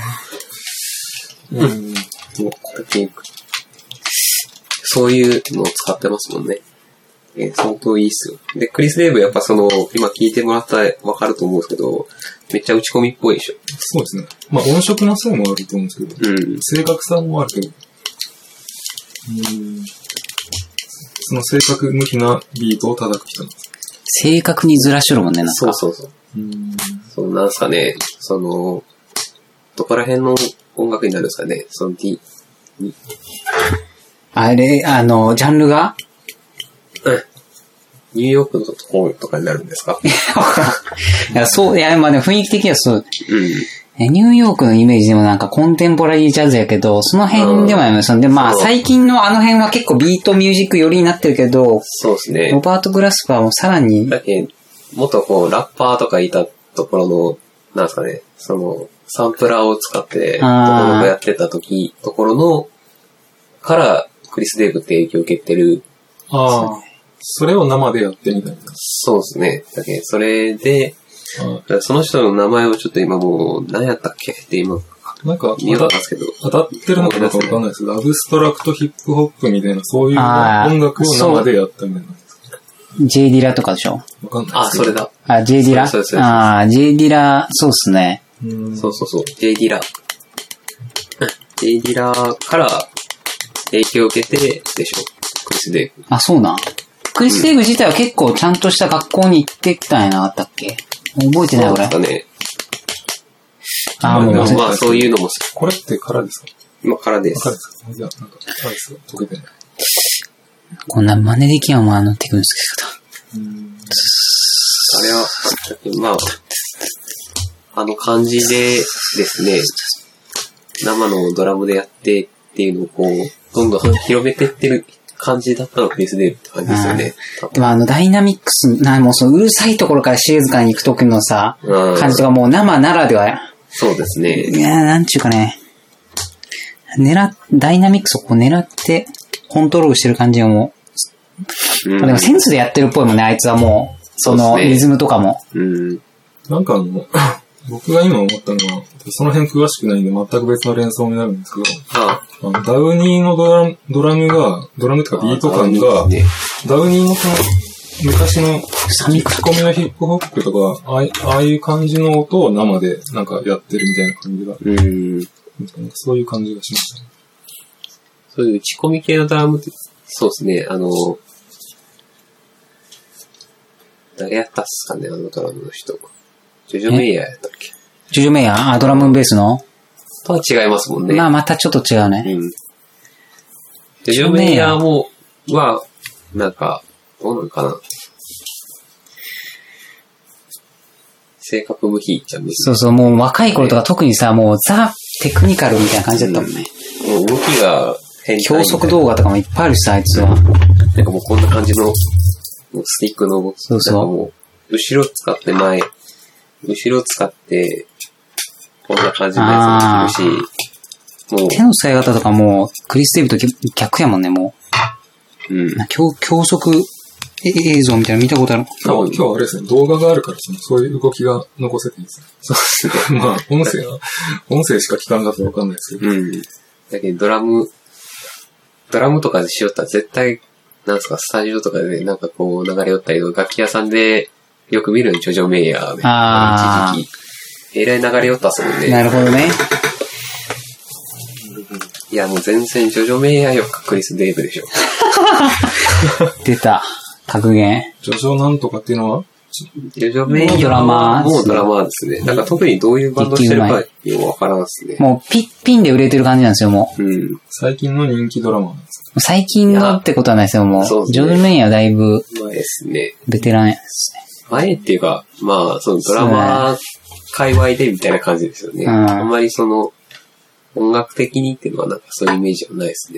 Speaker 3: そういうのを使ってますもんね。 相当いいっすよ。で、クリス・デーブやっぱその、今聞いてもらったらわかると思うんですけど、めっちゃ打ち込みっぽいでしょ。
Speaker 1: そうですね。まあ音色のせいもあると思うんですけど、正確さもあるけど、その正確無比なビートを叩く人なんです。
Speaker 2: 正確にずらしとるもんね、なんか。
Speaker 3: そう。そうなんすかね、その、どこら辺の音楽になるんですかね、その D。
Speaker 2: あれ、ジャンルが
Speaker 3: ニューヨークのとことかになるんですか？
Speaker 2: いや、そう、いや、まあでも雰囲気的にはそう。ニューヨークのイメージでもなんかコンテンポラリージャズやけど、その辺でもあります。で、まあ最近のあの辺は結構ビートミュージック寄りになってるけど、
Speaker 3: そうですね。
Speaker 2: ロバート・グラスパーもさらに。
Speaker 3: だけもっとこう、ラッパーとかいたところの、なんですかね、その、サンプラーを使って、ところがやってたところの、から、クリス・デーブって影響を受けてる。
Speaker 1: ああ。それを生でやってみたいな。
Speaker 3: そうですね。だけそれで、その人の名前をちょっと今もう、何やったっけって今、
Speaker 1: なんか、
Speaker 3: 見よったんですけど。
Speaker 1: 当たってるのかどうかわかんないですけど、アブストラクトヒップホップみたいな、そういう音楽を生でやったみたいな。
Speaker 2: J ディラとかでしょ？
Speaker 1: わかんないですけど。
Speaker 3: あ、それだ。
Speaker 2: あ、J ディラ？ああ、J ディラ、そうっすね。
Speaker 3: そう。J ディラ。J ディラから影響を受けてでしょ。クリス・デーブ。
Speaker 2: あ、そうなん。クリス・デーブ自体は結構ちゃんとした学校に行ってきたんやな、あったっけ？覚えてない俺。
Speaker 3: そうですかね。
Speaker 2: あ、もう
Speaker 3: まあそういうのも。
Speaker 1: これって空ですか？
Speaker 3: 今空です。
Speaker 1: 空ですか？いや、なんか、アイスが溶けてない。
Speaker 2: こんな真似できんやん、テクの付け方。
Speaker 3: あれは、まあ、あの感じでですね、生のドラムでやってっていうのをこう、どんどん広めてってる感じだったのがクリス・デーブって感じですよね。
Speaker 2: でもダイナミックス、もうそのうるさいところから静かに行くときのさ、感じとかもう生ならでは。
Speaker 3: そうですね。
Speaker 2: いやなんちゅうかね、ダイナミックスをこう狙ってコントロールしてる感じがもう、でもセンスでやってるっぽいもんね、あいつはもう、そのリズムとかも。
Speaker 1: なんか僕が今思ったのは、その辺詳しくないんで全く別の連想になるんですけど、ダウニーのドラムっていうかビート感が、ダウニーのその昔の打ち込みのヒップホップとか、ああいう感じの音を生でなんかやってるみたいな感じが、そういう感じがしましたね。
Speaker 3: そういう打ち込み系のドラムって、そうですね、誰やったっすかね、あのドラムの人。ジョジョメイヤーやったっけ？
Speaker 2: ジョジョメイヤー？ドラムベースの？
Speaker 3: とは違いますもんね。
Speaker 2: まあ、またちょっと違うね。
Speaker 3: ジョジョメイヤーは、なんか、どうなのかな。正確無比じゃん。
Speaker 2: そう、もう若い頃とか特にさ、もうザ・テクニカルみたいな感じだったもんね。
Speaker 3: もう動きが変態。
Speaker 2: 教則動画とかもいっぱいあるしさ、あいつは。
Speaker 3: なんかもうこんな感じの、スティックの動き。
Speaker 2: そう。
Speaker 3: もう後ろ使って前、後ろ使って、こんな感じのやつもできるし、もう。
Speaker 2: 手の使い方とかも、クリス・デーブと逆やもんね、もう。教則映像みたいなの見たことある。
Speaker 1: 今日はあれですね、動画があるからそういう動きが残せていいですね。そうですね。まあ、音声しか聞かんかったらわかんないですけど。
Speaker 3: だけどドラムとかでしよったら絶対、なんすか、スタジオとかでなんかこう流れよったりとか、楽器屋さんでよく見るジョジョメイヤーで、一時期、えらい流れよったっすもんね。
Speaker 2: なるほどね。
Speaker 3: いや、もう全然ジョジョメイヤーよかクリス・デーブでしょ。
Speaker 2: 出た。格言。
Speaker 1: ジョジョなんとかっていうのは
Speaker 3: ジョジョメイヤーもドラマーですね。なんか特にどういうバンドしてるかよくわからんですね。
Speaker 2: もうピンで売れてる感じなんですよ、もう。
Speaker 1: 最近の人気ドラマなんです
Speaker 2: か？最近のってことはないですよ、もう。ジョジョメイヤーはだいぶ、
Speaker 3: 前ですね。
Speaker 2: ベテランですね。
Speaker 3: 前っていうか、まあ、そのドラマ界隈でみたいな感じですよね。あんまりその、音楽的にっていうのはなんかそういうイメージはないですね。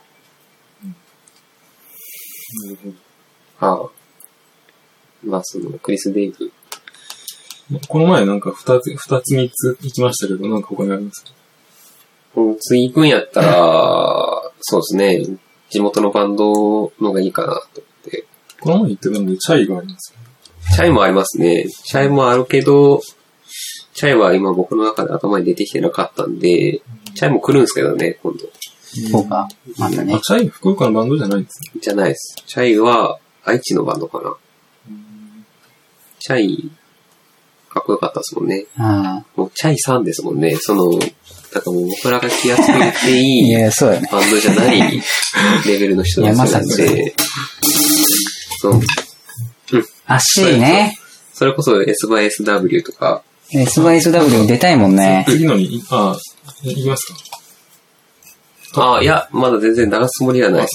Speaker 3: なるほど。まあその、クリス・デイブ。
Speaker 1: この前なんか二つ三つ行きましたけど、なんか他にありますか？
Speaker 3: 次行くんやったら、そうですね、地元のバンドのがいいかなと思って。
Speaker 1: この前行ってたんで、チャイがありますよね。
Speaker 3: チャイもありますね。チャイもあるけど、チャイは今僕の中で頭に出てきてなかったんで、チャイも来るんですけどね、今度。
Speaker 2: そうか。またね。
Speaker 1: チャイ福岡のバンドじゃないんですね。
Speaker 3: じゃないです。チャイは、 愛知のバンドかな。チャイ、かっこよかったですもんね。もうチャイさんですもんね。なんかもう僕らが気安く言っていい
Speaker 2: いや、そうだね。
Speaker 3: バンドじゃないレベルの人ですよね。
Speaker 2: いや、まさに
Speaker 3: そう。
Speaker 2: 足ね。
Speaker 3: それこそ S/SW とか。
Speaker 2: S/SW 出たいもんね。
Speaker 1: 次のに、行きます
Speaker 3: か？いや、まだ全然流すつもりはないです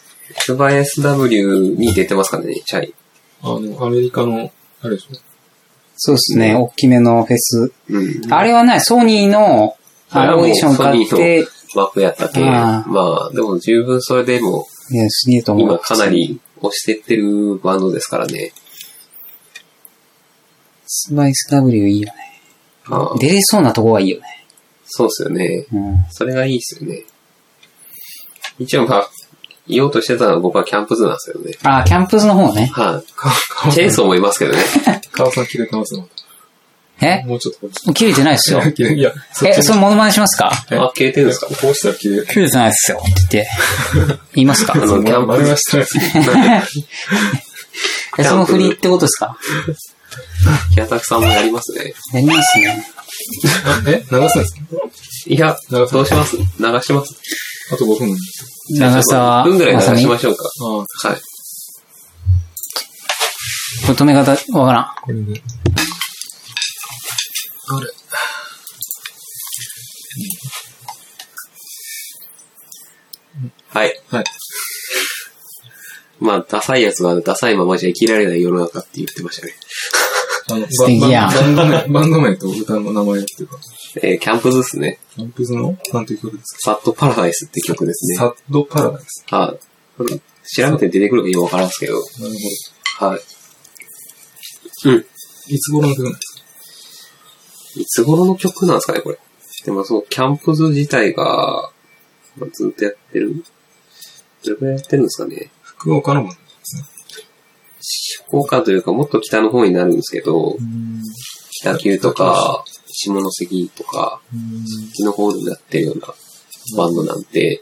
Speaker 3: 。S/SW に出てますからね、チャイ。
Speaker 1: でもアメリカの、あれでしょ？
Speaker 2: そうですね、大きめのフェス。あれはね、ソニーのオーディション買って、
Speaker 3: 枠やったっけ。まあ、でも十分それでも、
Speaker 2: すげえと思う。
Speaker 3: 今かなり押してってるバンドですからね。
Speaker 2: S/SW いいよね。出れそうなとこがいいよね。
Speaker 3: そうですよね。それがいいですよね。一応言おうとしてたのは僕はキャンプズなんですよね。
Speaker 2: キャンプズの方ね。
Speaker 3: チェーンソーもいますけどね。
Speaker 1: 川さん切れてますよ。
Speaker 2: も
Speaker 1: うちょっとこっち。
Speaker 2: 切れてないっすよ。
Speaker 1: いや、
Speaker 2: そのモノマネしますか？
Speaker 3: 切れてるんですか？
Speaker 1: こうしたら切れる。
Speaker 2: 切れてないっすよ。って言って。言いますか？
Speaker 3: キャンプ
Speaker 1: 真似はしてないです
Speaker 2: けど。その振りってことですか？
Speaker 3: キャタクさんもやりますね。
Speaker 2: やりますね。
Speaker 1: 流すんですか？
Speaker 3: いや、どうします？流します。
Speaker 1: あと5分。
Speaker 2: 長さは、
Speaker 3: 5分ぐらい流しましょうか。はい。
Speaker 2: これ止め方、わからん。
Speaker 1: これで。あれ。
Speaker 3: はい。
Speaker 1: はい。
Speaker 3: まあ、ダサいやつはダサいままじゃ生きられない世の中って言ってましたね。
Speaker 2: 素敵やん。
Speaker 1: バンド名と歌の名前っていうか。
Speaker 3: キャンプズですね。
Speaker 1: キャンプズのなんていう曲ですか？
Speaker 3: サッドパラダイスって曲ですね。
Speaker 1: サッドパラダイス。
Speaker 3: これ調べて出てくるかよくわからんすけど。
Speaker 1: なるほど。
Speaker 3: はい。
Speaker 1: いつ頃の曲なんですか？
Speaker 3: いつ頃の曲なんですかね、これ。でもキャンプズ自体が、ずっとやってる。どれくらいやってるんですかね。
Speaker 1: 福岡のバンドですね。
Speaker 3: 福岡というかもっと北の方になるんですけど、北九とか、下関とか、そっちの方でやってるようなバンドなんで、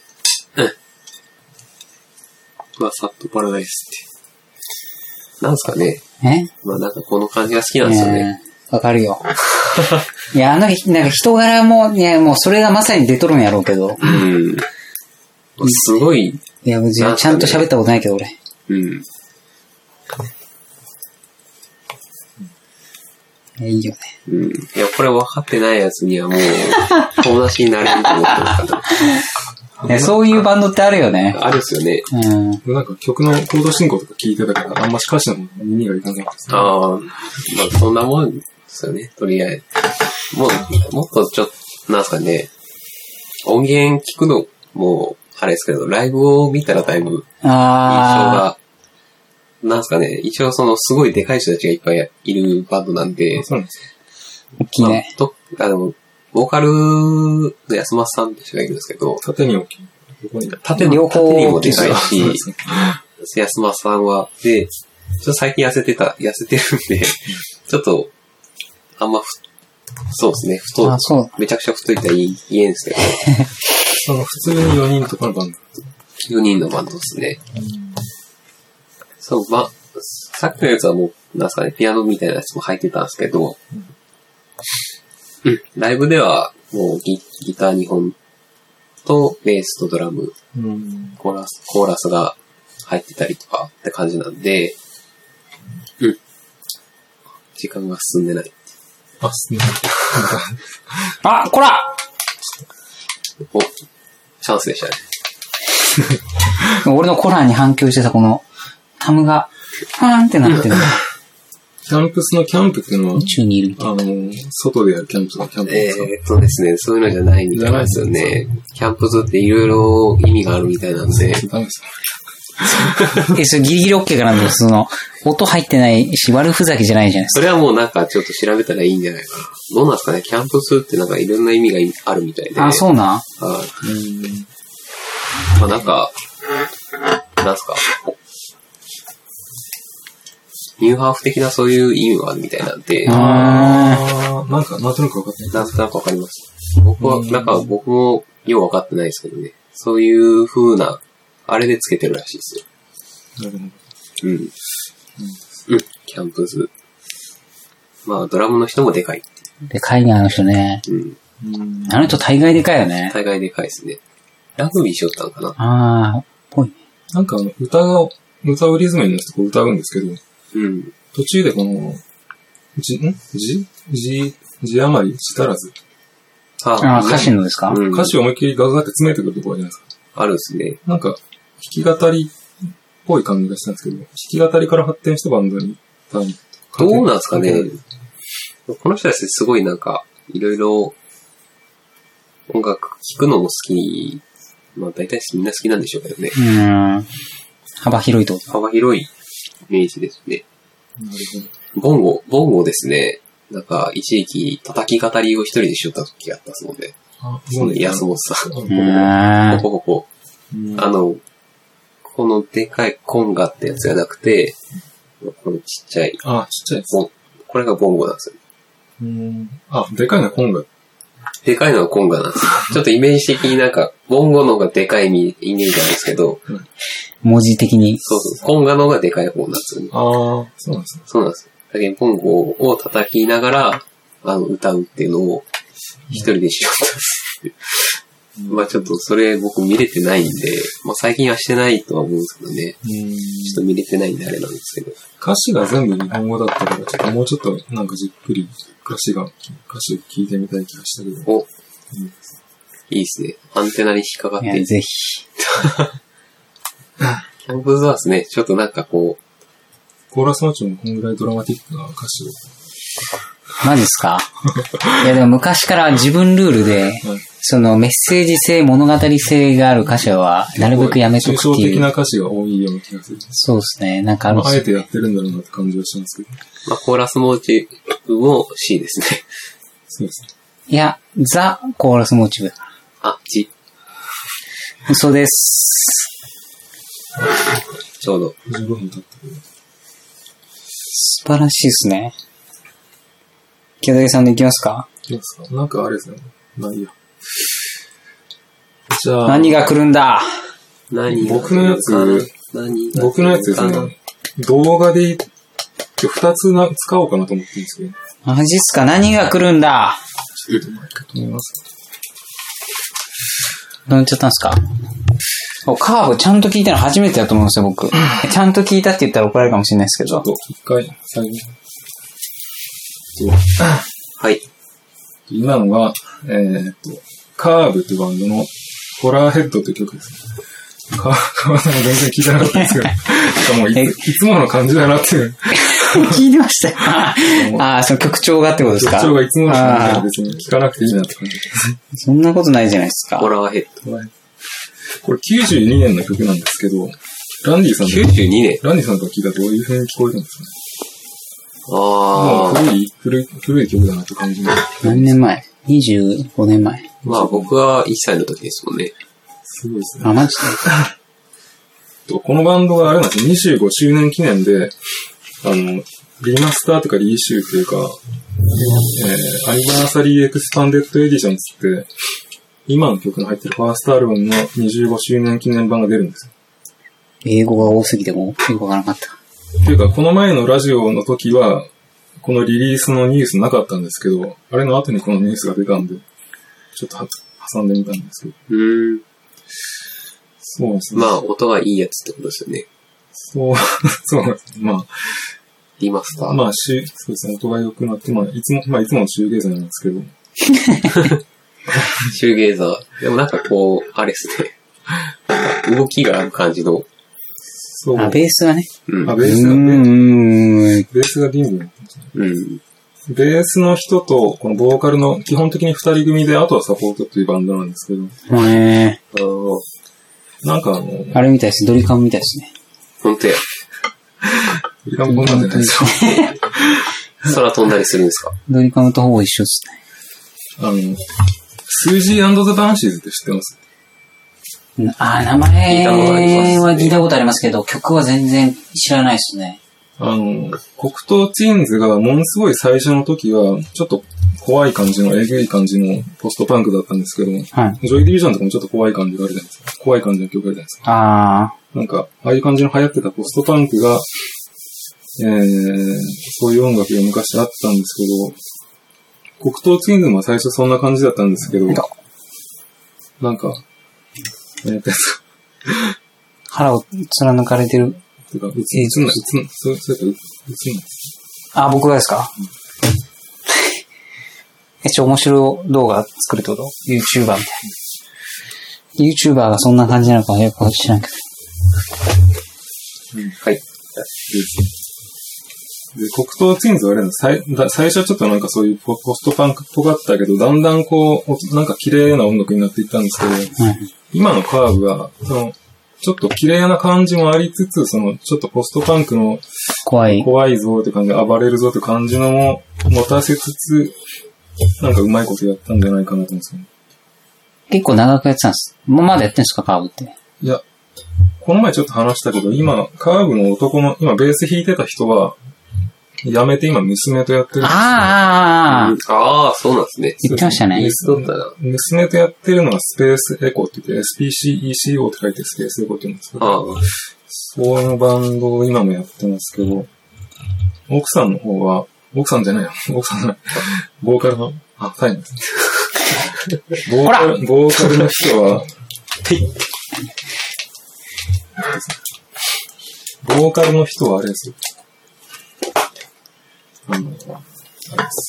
Speaker 3: サッドパラダイスって。なんすかね。なんかこの感じが好きなんですよね。
Speaker 2: わかるよ。いや、なんか人柄も、もうそれがまさに出とるんやろうけど。
Speaker 3: すごい。
Speaker 2: いや、ちゃんと喋ったことないけど、俺。いいよね。
Speaker 3: いや、これ分かってないやつにはもう、友達になれると思ってるから。
Speaker 2: そういうバンドってあるよね。
Speaker 3: あるっすよね。
Speaker 1: なんか曲のコード進行とか聞いてたから、あんまし歌詞の耳がいかなかったですね。
Speaker 3: まあそんなもんですよね、とりあえず。もっとなんすかね、音源聞くのも、あれですけど、ライブを見たらだいぶ、印象が、なんすかね、一応すごいでかい人たちがいっぱいいるバンドなんで、
Speaker 1: そうなんです
Speaker 2: 大きいね。
Speaker 3: ボーカルの安松さんって人がいるんですけど、
Speaker 1: 縦に大きい。
Speaker 3: 縦にもでかいし、安松さんは、で、ちょっと最近痩せてるんで、ちょっと、あんまそうですね、めちゃくちゃ太いとは言えんですけど。
Speaker 1: 普通に4人とかのバンド
Speaker 3: ?4 人のバンドですね。さっきのやつはもう、なんすかね、ピアノみたいなやつも入ってたんですけど、ライブではもうギター2本とベースとドラム、コーラスが入ってたりとかって感じなんで、時間が進んでない。
Speaker 1: 進んでない。
Speaker 2: こら
Speaker 3: チャンスでしたね。
Speaker 2: 俺のコラーに反響してたこのタムが、ってなってる。
Speaker 1: キャンプスのキャンプっていうのは、
Speaker 2: 宇宙にいる。
Speaker 1: 外でやるキャンプのキャンプですか？
Speaker 3: ですね、そういうのじゃないみたいなんですよね。キャンプズっていろいろ意味があるみたいなんで。
Speaker 1: ダメです
Speaker 2: それギリギリ OK かなんで、音入ってないし、悪ふざけじゃないじゃないですか。
Speaker 3: それはもうなんかちょっと調べたらいいんじゃないかな。どうなんですかね、キャンプズってなんかいろんな意味があるみたいで。
Speaker 2: そうなん？
Speaker 3: なんか、なんすか。ニューハーフ的なそういう意味があるみたいなんで。
Speaker 1: なんとなく分かってない。
Speaker 3: なんとなく分かります。僕もよう分かってないですけどね。そういう風な、あれでつけてるらしいですよ。
Speaker 1: なるほど。
Speaker 3: うん。うん。キャンプズ。まあ、ドラムの人もでかい。
Speaker 2: でかいね、あの人ね。
Speaker 3: うん。
Speaker 2: あの人大概でかいよね。
Speaker 3: 大概でかいですね。ラグビーしよったんかな。
Speaker 2: ああ、ぽいね。
Speaker 1: なんか歌をリズムに乗せてこう歌うんですけど、
Speaker 3: うん。
Speaker 1: 途中でこの、字余りしたらず。
Speaker 2: ああ、歌詞のですか、
Speaker 1: 歌詞を思いっきりガガって詰めてくるところじゃないですか。
Speaker 3: あるんですね。
Speaker 1: なんか、弾き語りっぽい感じがしたんですけど、弾き語りから発展したバンドに、
Speaker 3: どうなんですかね。この人たちすごいなんか、いろいろ音楽聴くのも好き。まあ大体みんな好きなんでしょうけどね。
Speaker 2: 幅広いってこと？
Speaker 3: 幅広いイメージですね。
Speaker 1: なるほど。
Speaker 3: ボンゴですね。なんか、一時期叩き語りを一人でしよった時があったそうで。その安本さん。ここ。このでかいコンガってやつじゃなくて、このちっちゃい。
Speaker 1: ちっちゃいやつ。
Speaker 3: これがボンゴなんですよ。
Speaker 1: でかいのはコンガ。
Speaker 3: でかいのはコンガなんですよ。ちょっとイメージ的になんか、ボンゴの方がでかいイメージなんですけど、
Speaker 2: 文字的に。
Speaker 3: そう。コンガの方がでかい方なんですよね。
Speaker 1: そうなんですね。
Speaker 3: そうなんですよ。だけど、ボンゴを叩きながら、歌うっていうのを、一人でしよったんです。まあちょっとそれ僕見れてないんで、まあ最近はしてないとは思うんですけどね。ちょっと見れてないんであれなんですけど。
Speaker 1: 歌詞が全部日本語だったから、ちょっともうちょっとなんかじっくり歌詞を聞いてみたい気がしたけど。
Speaker 3: いいですね。アンテナに引っかかって。
Speaker 2: ぜひ。
Speaker 3: キャンプズはですね、ちょっとなんかこう。
Speaker 1: コーラスマッチもこんぐらいドラマティックな歌詞を。
Speaker 2: マジですか？いやでも昔から自分ルールで、そのメッセージ性、物語性がある歌詞はなるべくやめとくっていう。
Speaker 1: 抽象的な歌詞が多いような気がする。
Speaker 2: そうですね。なんかある
Speaker 1: あえてやってるんだろうなって感じはしますけど。
Speaker 3: まあコーラスモチーフも C ですね。
Speaker 1: そうですね。
Speaker 2: いや、ザ・コーラスモチーフだから。
Speaker 3: G。
Speaker 2: 嘘です。
Speaker 3: ちょうど。
Speaker 1: 15分経ったけど。
Speaker 2: 素晴らしいですね。木田さんで行きますか？
Speaker 1: いきますか？なんかあれですね。まあいいや。じゃあ。
Speaker 2: 何が来るんだ？
Speaker 1: 僕のやつですね。動画で2つ使おうかなと思ってるんですけど。
Speaker 2: マジっすか？何が来るんだ？
Speaker 1: ちょっと待って、止めます。
Speaker 2: どうなっちゃったんですか？カーブちゃんと聞いたの初めてだと思うんですよ、僕。ちゃんと聞いたって言ったら怒られるかもしれないですけど。
Speaker 1: ちょっと一回、最後に。
Speaker 3: はい。
Speaker 1: 今のは、カーブというバンドのホラーヘッドという曲ですね。川さんも全然聞いてなかったんですけど、もういつもの感じだなっていう。
Speaker 2: 聞いてましたよ。その曲調がってことですか？
Speaker 1: 曲調がいつもの感じで別に聞かなくていいなって感じです。
Speaker 2: そんなことないじゃないですか。
Speaker 3: ホラーヘッド。
Speaker 1: これ92年の曲なんですけど、ランディさん
Speaker 3: 92年
Speaker 1: ランディさんとか聞いたらどういう風に聞こえるんですかね？
Speaker 3: も
Speaker 1: う古い曲だなって感じで。
Speaker 2: 何年前？ 25 年前。
Speaker 3: まあ僕は1歳の時ですもんね。
Speaker 1: すごいですね。
Speaker 2: マジ
Speaker 1: でこのバンドがあれなんですよ、25周年記念で、リマスターとかリーシューっていうか、アニバーサリーエクスパンデッドエディションつって、今の曲の入ってるファーストアルバムの25周年記念版が出るんですよ。
Speaker 2: 英語が多すぎてもよくわからなかった。
Speaker 1: っていうか、この前のラジオの時は、このリリースのニュースなかったんですけど、あれの後にこのニュースが出たんで、ちょっと挟んでみたんですけど。そうですね。
Speaker 3: まあ、音がいいやつってことですよね。
Speaker 1: そうなんですね。まあ、
Speaker 3: リマスター。
Speaker 1: まあ、そうですね。音が良くなって、いつものシューゲイザーなんですけど。
Speaker 3: シューゲイザー。でもなんかこう、あれですね。動きがある感じの。
Speaker 2: ベースがね。
Speaker 1: ベースがリングになってますね。ベースの人と、このボーカルの基本的に2人組で、あとはサポートっていうバンドなんですけど。なんか
Speaker 2: あれみたいです。ドリカムみたいですね。
Speaker 3: ほんとや。
Speaker 1: ドリカムこんなんじゃないですよ。
Speaker 3: 空飛んだりするんですか？
Speaker 2: ドリカムとほぼ一緒です
Speaker 1: ね。スージー&ザ・バンシーズって知ってます？
Speaker 2: 名前は聞いたことありますけど、曲は全然知らないですね。
Speaker 1: 黒糖ツインズがものすごい最初の時は、ちょっと怖い感じの、えぐい感じのポストパンクだったんですけど、
Speaker 2: はい。
Speaker 1: ジョイディビジョンとかもちょっと怖い感じがあるじゃないですか。怖い感じの曲あるじゃないですか。
Speaker 2: あ
Speaker 1: なんか、ああいう感じの流行ってたポストパンクが、そういう音楽が昔あったんですけど、黒糖ツインズも最初そんな感じだったんですけど、なんか、
Speaker 2: 腹を貫かれてる。
Speaker 1: てか、映んない。そうやったら映んない。
Speaker 2: あ、僕がですか？面白い動画作るってこと？ YouTuber みたいな。YouTuber がそんな感じなのかよく知らんけど。
Speaker 3: はい。
Speaker 1: で、黒糖ツインズはあれなんです。最初はちょっとなんかそういうポストパンクっぽかったけど、だんだんこう、なんか綺麗な音楽になっていったんですけど、今のカーブは、ちょっと綺麗な感じもありつつ、ちょっとポストパンクの怖いぞって感じで、暴れるぞって感じのも持たせつつ、なんかうまいことやったんじゃないかなと思うんですよね。
Speaker 2: 結構長くやってたんです。もうまだやってんですか、カーブって。
Speaker 1: いや、この前ちょっと話したけど、今、カーブの今ベース弾いてた人は、やめて今娘とやってるんですよ。
Speaker 2: あ
Speaker 3: あ、そうなんですね。
Speaker 2: 言ってましたね。
Speaker 1: 娘とやってるのがスペースエコって言って、SPCECO って書いてスペースエコって言うんですけど、そういうバンドを今もやってますけど、奥さんの方は、奥さんじゃないよ。奥さんじゃない。ボーカルの、サインですね。ボーカルの人は、ボーカルの人はあれですよ。あれです。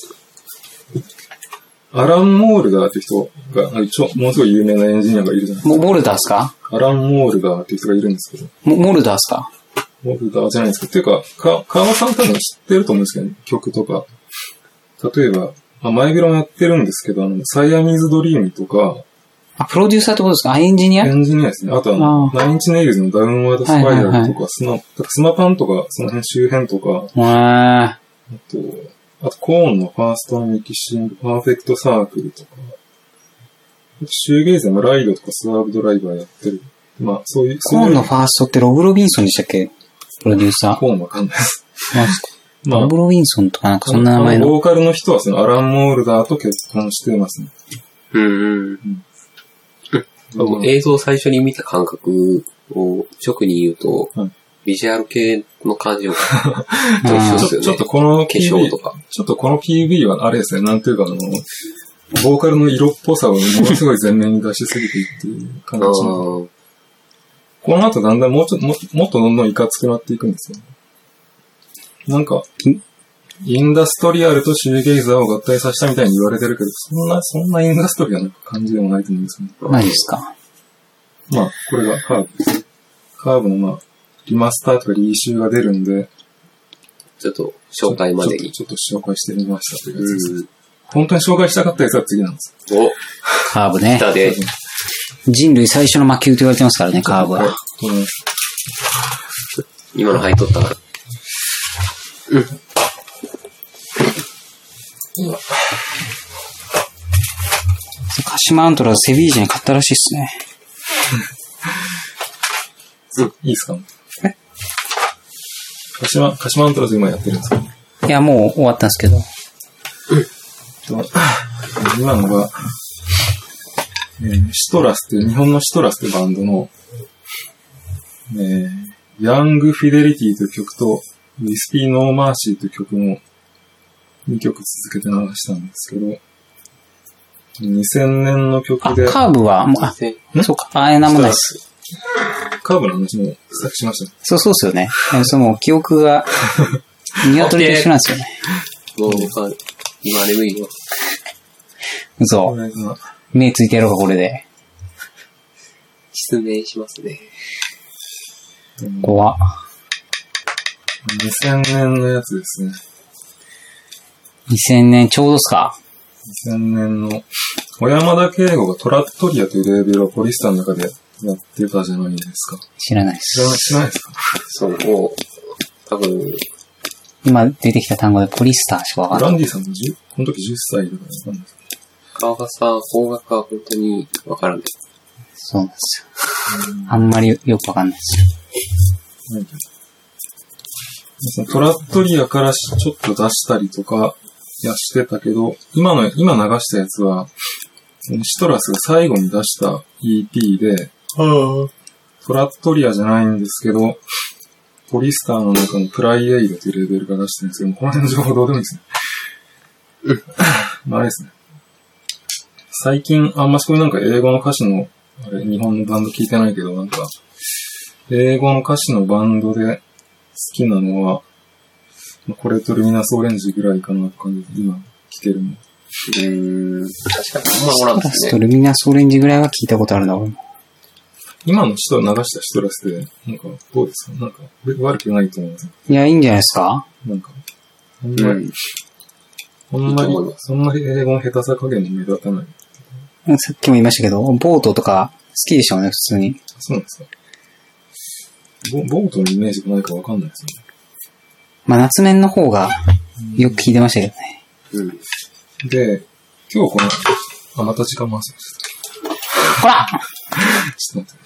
Speaker 1: アラン・モールダーって人が、ものすごい有名なエンジニアがいるじゃないですか。
Speaker 2: モルダーですか？
Speaker 1: アラン・モールダーっていう人がいるんですけど。
Speaker 2: モルダーですか？
Speaker 1: モルダーじゃないですか。っていうか、川間さん多分知ってると思うんですけどね、曲とか。例えば、マイベロもやってるんですけど、サイアミーズ・ドリームとか。
Speaker 2: プロデューサーってことですか？エンジニア？
Speaker 1: エンジニアですね。あとナインチネイルズのダウンワードスパイラルとか、スマパンとか、その辺周辺とか。あと、コーンのファーストのミキシング、パーフェクトサークルとか。シューゲイズもライドとかスワーブドライバーやってる。まあ、そういう。
Speaker 2: コーンのファーストってロブ・ロビンソンでしたっけ？プロデューサー。
Speaker 1: コーンわかんないです。
Speaker 2: まあ、ロブ・ロビンソンとかなんかそんな名前の。
Speaker 1: ボーカルの人はそのアラン・モールダーと結婚してますね。
Speaker 3: 映像を最初に見た感覚を直に言うと、ビジュアル系の感じを
Speaker 1: ちょっとこの PV とか。ちょっとこの PV はあれですね、なんていうかボーカルの色っぽさをものすごい前面に出しすぎていっていう感じ。この後だんだんもっとどんどんいかつくなっていくんですよね。なんか、インダストリアルとシューゲイザーを合体させたみたいに言われてるけど、そんなインダストリアルな感じでもないと思うんですよね。
Speaker 2: 何ですか？
Speaker 1: まあ、これがカーブですね。カーブのリマスターとかリーシューが出るんで、
Speaker 3: ちょっと紹介までに。
Speaker 1: ちょっと紹介してみましたというやつです。本当に紹介したかったやつは次なんです。
Speaker 2: カーブね。人類最初の魔球と言われてますからね、カーブは。
Speaker 3: 今の入っとったから。
Speaker 2: 鹿島アントラーズセビージェに買ったらしいっすね。
Speaker 1: いいっすか？鹿島アントラーズ今やってるんですか？
Speaker 2: いや、もう終わったんですけど。
Speaker 1: 今のが、シトラスっていう、日本のシトラスっていうバンドの、ヤング・フィデリティという曲と、ウィスピー・ノー・マーシーという曲も2曲続けて流したんですけど、2000年の曲で。
Speaker 2: カーブは、そうか、なんもないです。
Speaker 1: カーブの話もさっきしましたね。
Speaker 2: そうっすよね。もう記憶が、鶏と一緒なんですよね。
Speaker 3: もう、今眠いよ。
Speaker 2: 嘘。目ついてやろうか、これで。
Speaker 3: 失明しますね。
Speaker 2: 怖っ。
Speaker 1: 2000年のやつですね。
Speaker 2: 2000年ちょうどっすか？
Speaker 1: 2000年の、小山田圭吾がトラットリアというレーベルをポリスターの中でやってたじゃないですか。
Speaker 2: 知らないです。
Speaker 1: 知らないですか？
Speaker 3: そう、もう、多分、
Speaker 2: 今出てきた単語でポリスターしかわかんない。
Speaker 1: ランディさんもこの時10歳とかなんですか？
Speaker 3: 川端さん、邦楽は本当にわからない。
Speaker 2: そうなんですよ。あんまりよくわかんないですよ。
Speaker 1: そのトラットリアからちょっと出したりとか、 やしてたけど、今流したやつは、シトラスが最後に出した EP で、トラットリアじゃないんですけど、ポリスターの中のプライエイドというレベルが出してるんですけど、この辺の情報どうでもいいですね。あれですね。最近、あんましこれなんか英語の歌詞の、日本のバンド聞いてないけど、なんか、英語の歌詞のバンドで好きなのは、これとルミナスオレンジぐらいかなって感じで、今来てるの。
Speaker 3: 確かに。まあ、おらんですね。
Speaker 2: ルミナスオレンジぐらいは聞いたことあるな、俺も。
Speaker 1: 今の人を流したシトラスで、なんか、どうですか？なんか、悪くないと思います。
Speaker 2: いや、いいんじゃないですか？
Speaker 1: なんか、あんまり英語の下手さ加減も目立たない。
Speaker 2: さっきも言いましたけど、ボートとか好きでしょうね、普通に。
Speaker 1: そうなんですか。ボートのイメージがないかわかんないですね。
Speaker 2: まあ、夏面の方がよく聞いてましたけどね。
Speaker 1: で、今日この、また時間回す。
Speaker 2: ほら
Speaker 1: ちょっと待って。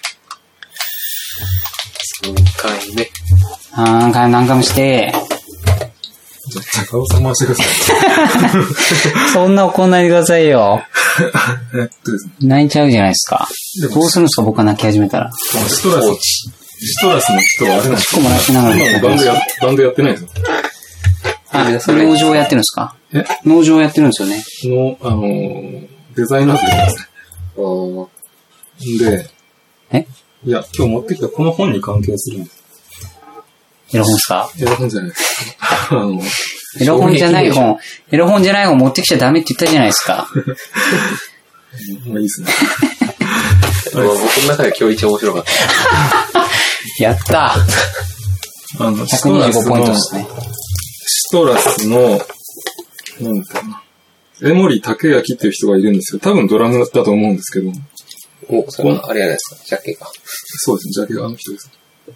Speaker 3: 3回目。
Speaker 2: 何回もして。
Speaker 1: じゃあ、高尾さん回してください。
Speaker 2: そんな怒んないでくださいよ。
Speaker 1: ですね。
Speaker 2: 泣いちゃうじゃないですか。どうするんですか、僕が泣き始めたら。
Speaker 1: シトラスの人はあれなんです
Speaker 2: か？泣きながら。
Speaker 1: バンドやってないですよ。
Speaker 2: 農場やってるんですか？農場やってるんですよね。
Speaker 1: デザイナーズですね。いや、今日持ってきたこの本に関係するんです。
Speaker 2: エロ本ですか？
Speaker 1: エロ本じゃないですか。
Speaker 2: エロ本じゃない本持ってきちゃダメって言ったじゃないですか。
Speaker 1: まあいいですね。
Speaker 3: 僕の中で今日一面白かった。
Speaker 2: やったー。125ポイントですね。
Speaker 1: シトラスの、なんだったかな。江森武明っていう人がいるんですよ。多分ドラムだと思うんですけど。
Speaker 3: それはあれじゃないですか、ジャケが。
Speaker 1: そうですね、ジャケがあの人です。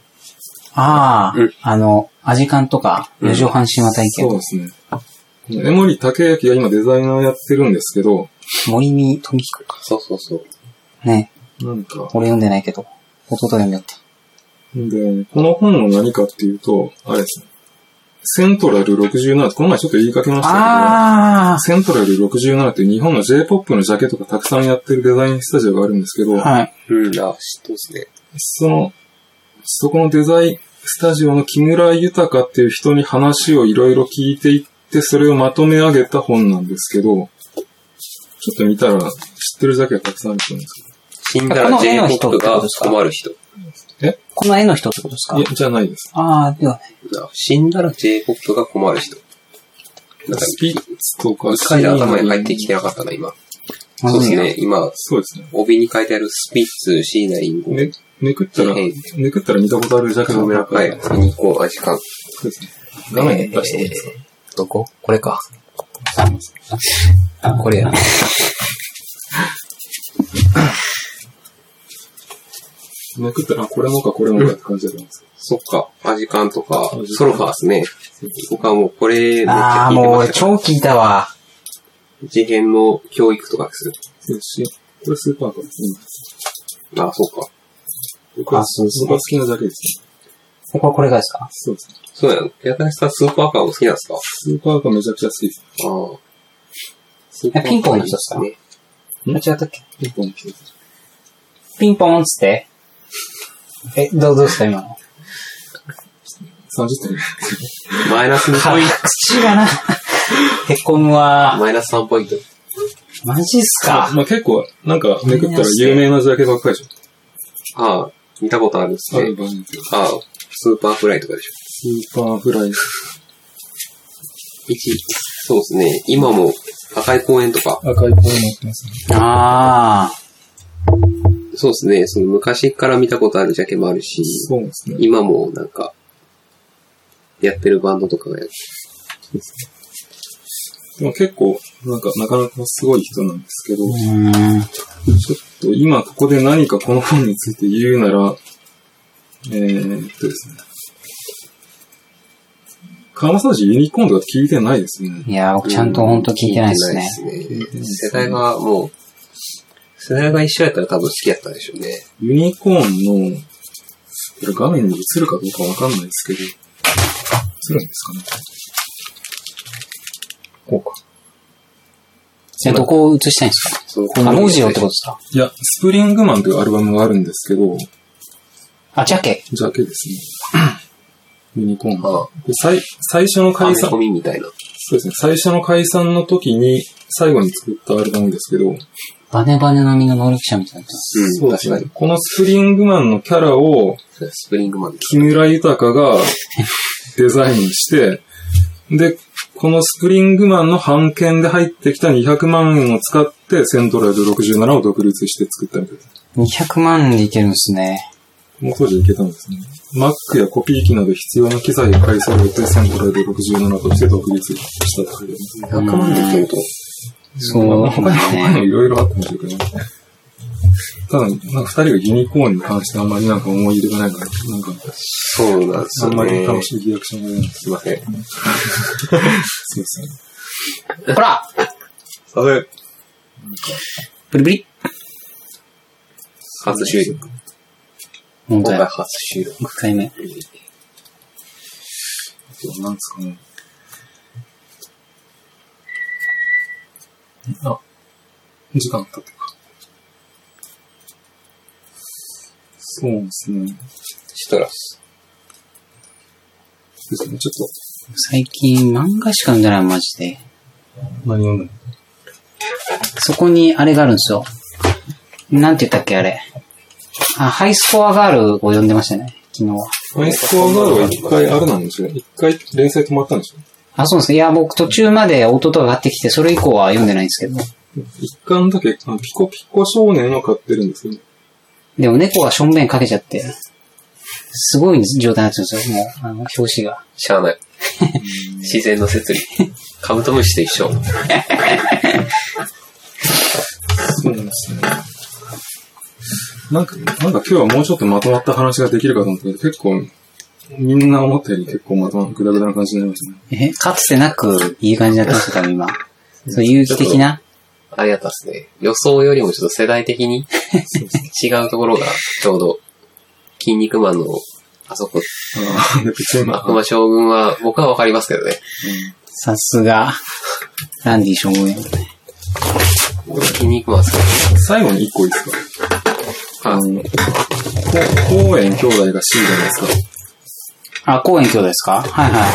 Speaker 2: アジカンとか、四畳半神話体験。
Speaker 1: そうですね。江森武明が今デザイナーやってるんですけど。
Speaker 2: 森見富彦か。
Speaker 3: そう。
Speaker 2: ね。
Speaker 1: なんか。
Speaker 2: 俺読んでないけど、弟読んでやった。
Speaker 1: で、この本は何かっていうと、あれですね。セントラル67、この前ちょっと言いかけましたけど、セントラル67っていう日本の J-POP のジャケとかたくさんやってるデザインスタジオがあるんですけど、
Speaker 2: はい。
Speaker 3: 知ってますね。
Speaker 1: そこのデザインスタジオの木村豊っていう人に話をいろいろ聞いていって、それをまとめ上げた本なんですけど、ちょっと見たら知ってるジャケがたくさんあると思うんですけど。
Speaker 3: 死んだら J-POP が困る人。
Speaker 2: この絵の人ってことですか？
Speaker 1: いや、じゃないです。
Speaker 2: ではね。
Speaker 3: 死んだら J-POP が困る人。
Speaker 1: なんかスピッツとか、
Speaker 3: 書いて頭に入ってきてなかったな、今。そうですね、今、
Speaker 1: そうですね。
Speaker 3: 帯に書いてあるスピッツ、シーナリンゴ。
Speaker 1: めくったら見たことあるジャケの
Speaker 3: はい、ニコ、アジカン。
Speaker 1: そうですね。画面に出していいですか？
Speaker 3: どこ？これか。
Speaker 2: これや。
Speaker 1: めくったら、これもかこれもかって感じだと思います。
Speaker 3: そっか、アジカンとか、ソロファースね。僕はもうこれめっちゃ聞いてました。
Speaker 2: もう超聞いたわ。
Speaker 3: 事変の教育とかです。
Speaker 1: そうし、これスーパーカーですね。
Speaker 3: そうか。
Speaker 1: 僕は好きなだけです
Speaker 2: ね。これがですか？
Speaker 1: そうですね。
Speaker 3: そうやん。やたらさ、スーパーカーお好きなんですか？
Speaker 1: スーパーカーめちゃくちゃ好きです。
Speaker 2: ピンポンの人ですか？
Speaker 3: ね。
Speaker 2: 違ったっけ？
Speaker 1: ピンポンの人です。
Speaker 2: ピンポンっつって？どうですか今の
Speaker 1: ？30点。
Speaker 3: マイナス2ポイント。
Speaker 2: 口がな。へこむわ。
Speaker 3: マイナス3ポイント。
Speaker 2: マジっすか？
Speaker 1: まあ結構、なんかめくったら有名なジャケばっかりでし
Speaker 3: ょ。見たことあるっすね。スーパーフライとかでしょ。
Speaker 1: スーパーフライ。
Speaker 3: そうですね。今も赤い公園とか。
Speaker 1: 赤い公園持ってますね。
Speaker 3: そうですね。その昔から見たことあるジャケもあるし、
Speaker 1: そうですね。
Speaker 3: 今もなんか、やってるバンドとかがやってる。
Speaker 1: そうですね。でも結構、なかなかすごい人なんですけど、ちょっと今ここで何かこの本について言うなら、ですね。川沢氏ユニコーンとか聞いてないですね。
Speaker 2: いや、僕ちゃんと本当聞いてないですね。
Speaker 3: 世代が一緒やったら多分好きやったでしょうね。
Speaker 1: ユニコーンの、これ画面に映るかどうかわかんないですけど、映るんですかね。こうか。
Speaker 2: じゃあどこを映したいんですか？そう。文字をってことですか？
Speaker 1: いや、スプリングマンというアルバムがあるんですけど。
Speaker 2: あ、ジャケ
Speaker 1: ですね。ユニコーン。で最初の解散。
Speaker 3: みたいな。
Speaker 1: そうですね。最初の解散の時に、最後に作ったアルバムですけど。
Speaker 2: バネバネ並みの能力者みたいな。
Speaker 1: そうですね。このスプリングマンのキャラを、
Speaker 3: スプリングマン
Speaker 1: 木村豊がデザインして、で、このスプリングマンの版権で入ってきた200万円を使って、セントライド67を独立して作ったみたいです。
Speaker 2: 200万でいけるんですね。
Speaker 1: もう当時いけたんですね。Mac やコピー機など必要な機材を買い揃えて、セントライド67として独立したって書いてあります。
Speaker 3: 200万でいけると。
Speaker 1: そう、他にもいろいろあったんでしょうけど、ただ、二人がユニコーンに関してあんまりなんか思い入れがないから、なんか、
Speaker 3: そうなんですよね。
Speaker 1: あんまり楽しいリアクションがないんです。
Speaker 3: すいません。
Speaker 1: そうです
Speaker 2: ね。ほらブリブリ
Speaker 3: 初収録。今回初収録。
Speaker 2: 1回目。
Speaker 1: なんですかね。あ、時間経ってるか。そうですね。
Speaker 3: シトラス。
Speaker 1: ですね、ちょっと。
Speaker 2: 最近漫画しか読んでない、マジで。
Speaker 1: 何読んだの？
Speaker 2: そこにあれがあるんですよ。なんて言ったっけ、あれ。ハイスコアガールを読んでましたね、昨日は。
Speaker 1: ハイスコアガールは一回あれなんですよ。一回連載止まったんですよ。
Speaker 2: あ、そうですね。いや、僕途中まで弟が買ってきて、それ以降は読んでないんですけど。
Speaker 1: 一巻だけ、ピコピコ少年を買ってるんですよ。
Speaker 2: でも猫がしょんべんかけちゃって、すごい状態になってるんですよ、もう、表紙が。
Speaker 3: しゃあない。自然の摂理。カブトムシと一緒。
Speaker 1: そうなんですね。なんか今日はもうちょっとまとまった話ができるかと思ったけど、結構、みんな思ったより結構まとまった、グダグダな感じになりましたね。
Speaker 2: かつてなくいい感じになってましたから、今。そういう有機的な。
Speaker 3: ありがたですね。予想よりもちょっと世代的に違うところがちょうど、筋肉マンのあそこ。悪魔将軍は僕はわかりますけどね。
Speaker 2: さすが、ランディ将軍やね。
Speaker 3: 筋肉マンですね。
Speaker 1: 最後に一個いいですか？コーエン兄弟が C じゃないですか。
Speaker 2: あ、コーエン兄弟ですか？はいはい。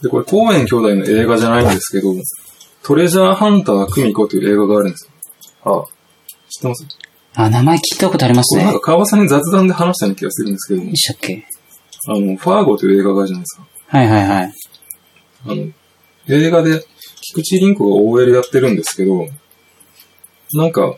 Speaker 1: で、これコーエン兄弟の映画じゃないんですけど、トレジャーハンタークミコという映画があるんですよ。知ってます？
Speaker 2: 名前聞いたことありますね。
Speaker 1: なんか川さんに雑談で話したような気がするんですけど。
Speaker 2: でしたっけ？
Speaker 1: ファーゴという映画があるじゃないですか。
Speaker 2: はいはいはい。
Speaker 1: 映画で菊池凛子が OL やってるんですけど、なんか、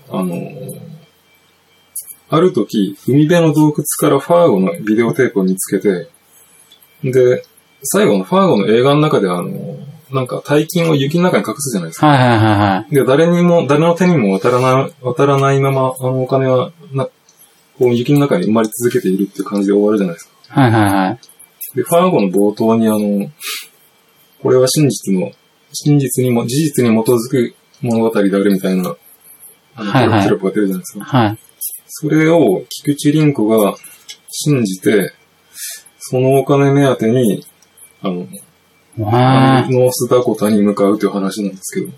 Speaker 1: ある時、海辺の洞窟からファーゴのビデオテープを見つけて、で、最後のファーゴの映画の中でなんか大金を雪の中に隠すじゃないですか。
Speaker 2: はいはいはいはい。
Speaker 1: で、誰の手にも渡らないまま、お金はこう雪の中に埋まり続けているっていう感じで終わるじゃないですか。
Speaker 2: はいはいはい。
Speaker 1: で、ファーゴの冒頭にこれは事実に基づく物語であるみたいな、
Speaker 2: はいはい、
Speaker 1: テロップが出るじゃないですか。
Speaker 2: はい。
Speaker 1: それを菊池凛子が信じて、そのお金目当てに、ノースダコタに向かうという話なんですけど。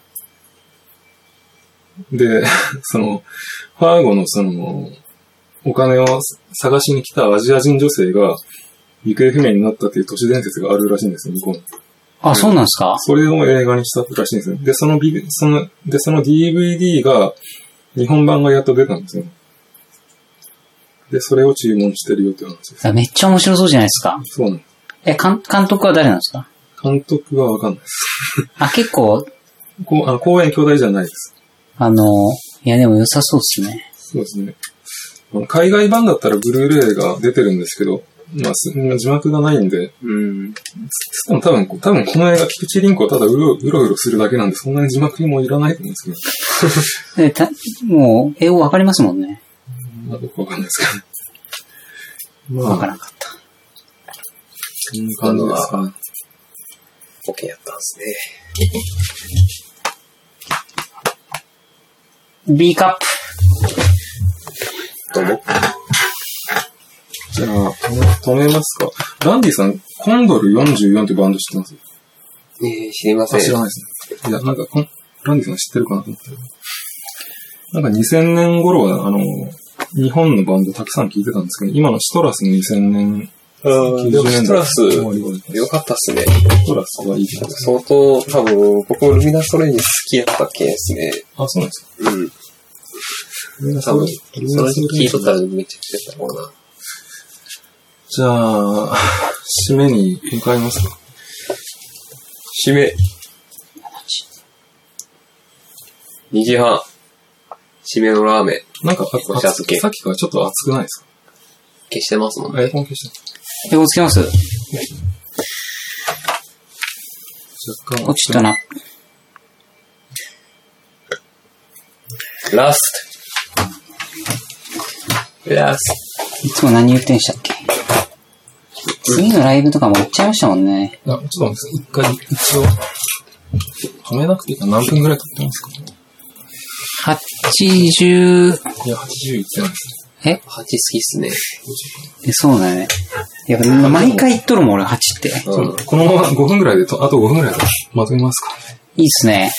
Speaker 1: で、ファーゴのお金を探しに来たアジア人女性が行方不明になったという都市伝説があるらしいんですよ、向こうに。
Speaker 2: あ、そうなんですか？
Speaker 1: それを映画にしたらしいんですよ。で、その DVD が、日本版がやっと出たんですよ。で、それを注文してるよっていう話です。
Speaker 2: めっちゃ面白そうじゃないですか。
Speaker 1: そうなんです。
Speaker 2: 監督は誰なんですか？
Speaker 1: 監督はわかんないです。
Speaker 2: 結構。
Speaker 1: 公演兄弟じゃないです。
Speaker 2: いやでも良さそうですね。
Speaker 1: そうですね。海外版だったらブルーレイが出てるんですけど、字幕がないんで、多分この映画、菊池凛子はただうろうろするだけなんで、そんなに字幕もいらないと思うんです
Speaker 2: けど。もう、英語わかりますもんね。
Speaker 1: 僕わかんないですけど。
Speaker 2: わからなかった。
Speaker 1: そんな感じですかね。
Speaker 3: OK やったんですね。
Speaker 2: B カップ。
Speaker 3: どうも。
Speaker 1: じゃあ、止めますか。ランディさん、コンドル44ってバンド知ってます？
Speaker 3: 知りません。
Speaker 1: 知らないですね。いや、なんか、 ランディさん知ってるかなと思って。なんか2000年頃は、日本のバンドたくさん聴いてたんですけど、今のシトラスの2000年、
Speaker 3: でもシトラス、よかったっすね。
Speaker 1: シトラスはいいですね。
Speaker 3: 相当、多分、僕もルミナストレンジ好きやった系ですね。
Speaker 1: あ、そうなんですか。
Speaker 3: うん。多分、その時聞いとったらめっちゃ聞いてたもんな。
Speaker 1: じゃあ、締めに向かいますか。
Speaker 3: 締め。2時半。締めのラーメン。
Speaker 1: なんか、さっきからちょっと熱くないですか？
Speaker 3: 消してますもんね。
Speaker 1: エアコン消して
Speaker 2: エアコンつけます？
Speaker 1: 若干
Speaker 2: 落ちたな。
Speaker 3: ラスト。
Speaker 2: いつも何言ってんしたっけ？次のライブとかも行っちゃいましたもんね。
Speaker 1: ちょっと待って、一回、一応、止めなくていいか何分ぐらい経ってますか
Speaker 2: ？80。
Speaker 1: いや、80いってないです。
Speaker 2: え？
Speaker 3: 8好きっすね。
Speaker 2: そうだね。やっぱ毎回言っとるもん俺8って。
Speaker 1: このまま5分ぐらいで、あと5分ぐらいでまとめますか。
Speaker 2: いいっすね。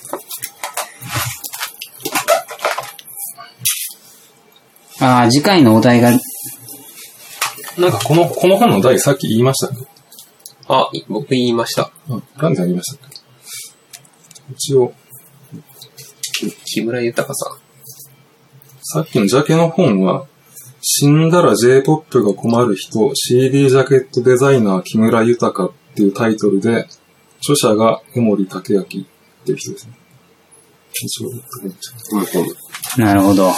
Speaker 2: 次回のお題が。
Speaker 1: なんかこの本の題さっき言いましたね。
Speaker 3: 僕言いました。
Speaker 1: ランディさん言いましたっけ？一応。
Speaker 3: 木村豊さん。
Speaker 1: さっきのジャケの本は、死んだら J-POP が困る人、CD ジャケットデザイナー木村豊っていうタイトルで、著者が江森武明っていう人ですね。
Speaker 2: なるほど。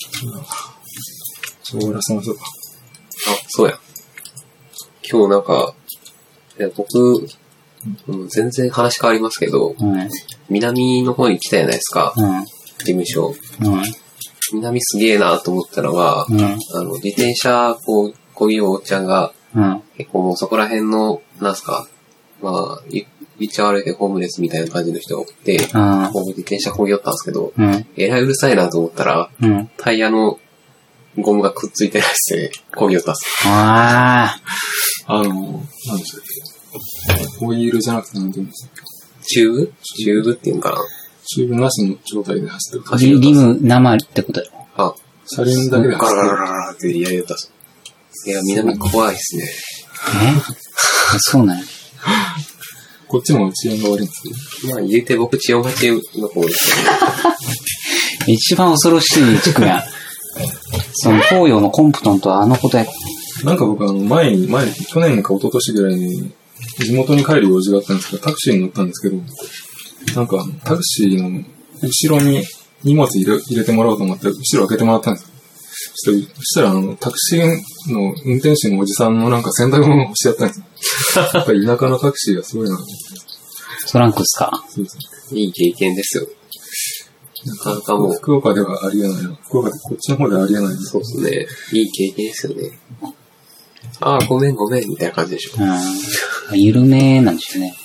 Speaker 1: 終わらせましょうか。
Speaker 3: そうや。今日なんか、僕、全然話変わりますけど、南の方に来たじゃないですか。事務所。南すげえなと思ったのが、自転車、こういうおっちゃんが、結構もうそこら辺の、なんすか、言っちゃ悪いけどホームレスみたいな感じの人がおって、自転車こぎよったんですけなんうるさいなと思ったら、タイヤのゴムがくっついてないですね。こぎよったっす。
Speaker 1: なんでしたっけ？ホイールじゃなくて何て言うんですか？
Speaker 3: チューブっていうのかな？
Speaker 1: チューブなしの状態で走って
Speaker 2: る。リム生ってことだよ。
Speaker 1: 車輪だけで走ってる。
Speaker 3: ガラガラガラガラってやりよったっす。いや、南怖いっすね。
Speaker 2: そうなんや。
Speaker 1: こっちも治安が悪いんですけど。
Speaker 3: 言うて僕治安町の方ですけ
Speaker 2: ど。一番恐ろしい地区やん。その東洋のコンプトンとはことや。
Speaker 1: なんか僕前に、去年か一昨年ぐらいに、地元に帰る用事があったんですけど、タクシーに乗ったんですけど、なんかタクシーの後ろに荷物入れてもらおうと思って、後ろ開けてもらったんですよ。そしたらタクシーの運転手のおじさんのなんか洗濯物を干してやったんですよ。やっぱり田舎のタクシーがすごいな。
Speaker 2: トランクっすか？
Speaker 3: そうですね。いい経験ですよ。なかなかもう。
Speaker 1: 福岡ではありえないな。福岡でこっちの方ではありえないな。
Speaker 3: そうですね。いい経験ですよね。ごめんみたいな感じでしょ。
Speaker 2: 緩めなんですよね。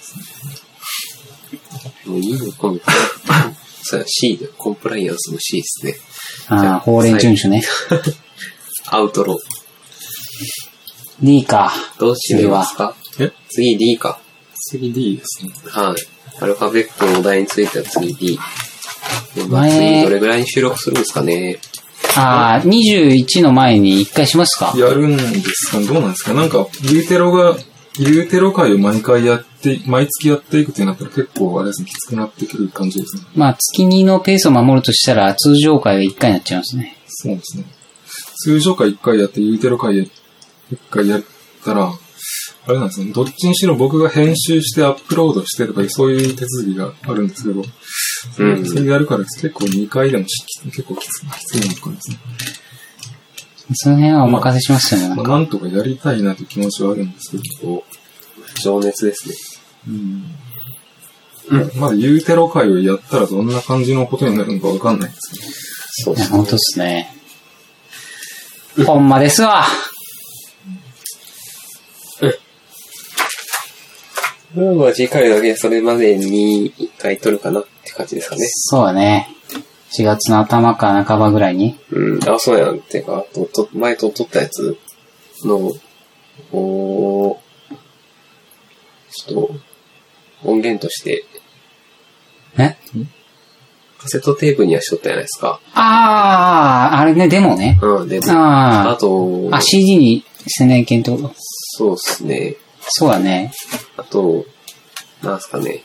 Speaker 3: もういいのかも。そうや、C で、コンプライアンスの C ですね。
Speaker 2: 法令遵守ね。
Speaker 3: アウトロー。
Speaker 2: D か。
Speaker 3: どうしますか？次 D か。
Speaker 1: 次 D ですね。
Speaker 3: はい。アルファベットのお題については次 D。次どれぐらいに収録するんですかね。
Speaker 2: 21の前に1回しますか？
Speaker 1: やるんですか？どうなんですか？なんか、ユーテロ会を毎月やっていくってなったら結構あれですね、きつくなってくる感じですね。
Speaker 2: 月2のペースを守るとしたら通常会は1回になっちゃいますね。
Speaker 1: そうですね。通常会1回やってユーテロ会1回やったら、あれなんですね、どっちにしろ僕が編集してアップロードしてとかそういう手続きがあるんですけど、それやるから結構2回でも結構きついのかですね。
Speaker 2: その辺はお任せしますよね。
Speaker 1: なんとかやりたいなという気持ちはあるんですけど。
Speaker 3: 情熱です
Speaker 1: ね。まだユーテロ会をやったらどんな感じのことになるのかわかんないですけど。
Speaker 2: そうですね。本当ですね。ほんまですわ。
Speaker 3: 次回だけそれまでに1回撮るかなって感じですかね。
Speaker 2: そうだね。4月の頭か半ばぐらいに。
Speaker 3: そうやん。てか、前撮ったやつの、ちょっと、音源として、
Speaker 2: え
Speaker 3: カセットテープにはしとったじゃないですか。
Speaker 2: あれね、デモね。
Speaker 3: うん、でも、
Speaker 2: あ
Speaker 3: と、
Speaker 2: CD にしてないけんってこと？
Speaker 3: そうっすね。
Speaker 2: そうだね。
Speaker 3: あと、なんすかね。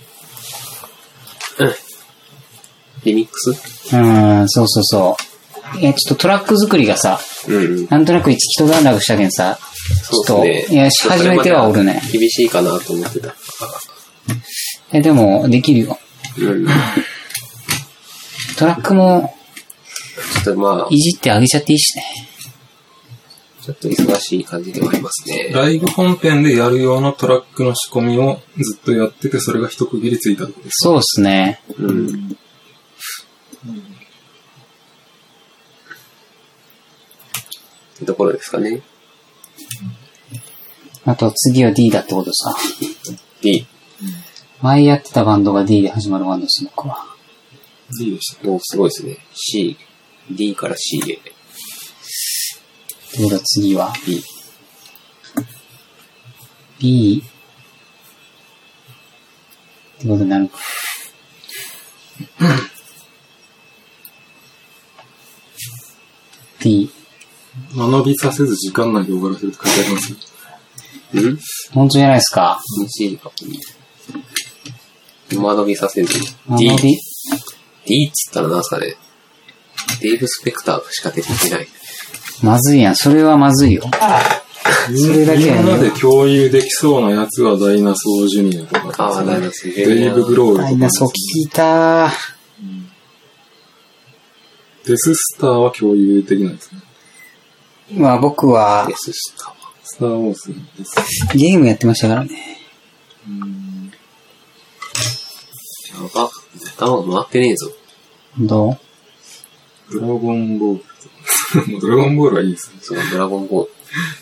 Speaker 3: リミックス？
Speaker 2: そうそうそう。いや、ちょっとトラック作りがさ、なんとなく一段落したけんさ、ちょっと、いや、し始めてはおるね。
Speaker 3: 厳しいかなと思ってた。
Speaker 2: でも、できるよ。トラックも、
Speaker 3: ちょっとまあ、
Speaker 2: いじってあげちゃっていいしね。
Speaker 3: ちょっと忙しい感じではありますね。
Speaker 1: ライブ本編でやるようなトラックの仕込みをずっとやってて、それが一区切りついたところです。
Speaker 2: そうですね。
Speaker 3: ってところですかね。
Speaker 2: あと次は D だってことさ。
Speaker 3: D。
Speaker 2: 前やってたバンドが D で始まるバンドですね、僕は。
Speaker 1: D でした。
Speaker 3: もうすごいですね。C。D から C へ。
Speaker 2: ってことは次は
Speaker 3: B。
Speaker 2: B。ってことになるか。D。
Speaker 1: 学びさせず時間内で終わらせるって書いてありますよ。
Speaker 2: 本当じゃないですか。
Speaker 3: C か。間延びさせず。
Speaker 2: 学び。
Speaker 3: D っつったらなんすかね。デーブ・スペクターしか出てきてない。
Speaker 2: まずいやん。それはまずいよ。それだけやね。
Speaker 1: みんなで共有できそうなやつはダイナソージュニアとか。
Speaker 3: ああ、ダイナソージュニア。
Speaker 1: デイブ・グロールとか。
Speaker 2: ダイナソー聞いたー。
Speaker 1: デススターは共有できないですね。
Speaker 2: まあ僕は
Speaker 3: デススター。
Speaker 1: スター・ウォーズです。
Speaker 2: ゲームやってましたからね。
Speaker 3: やば。頭回ってねえぞ。
Speaker 2: どう？
Speaker 1: ドラゴンボール。もうドラゴンボールはいいですね。
Speaker 3: そう、ドラゴンボール。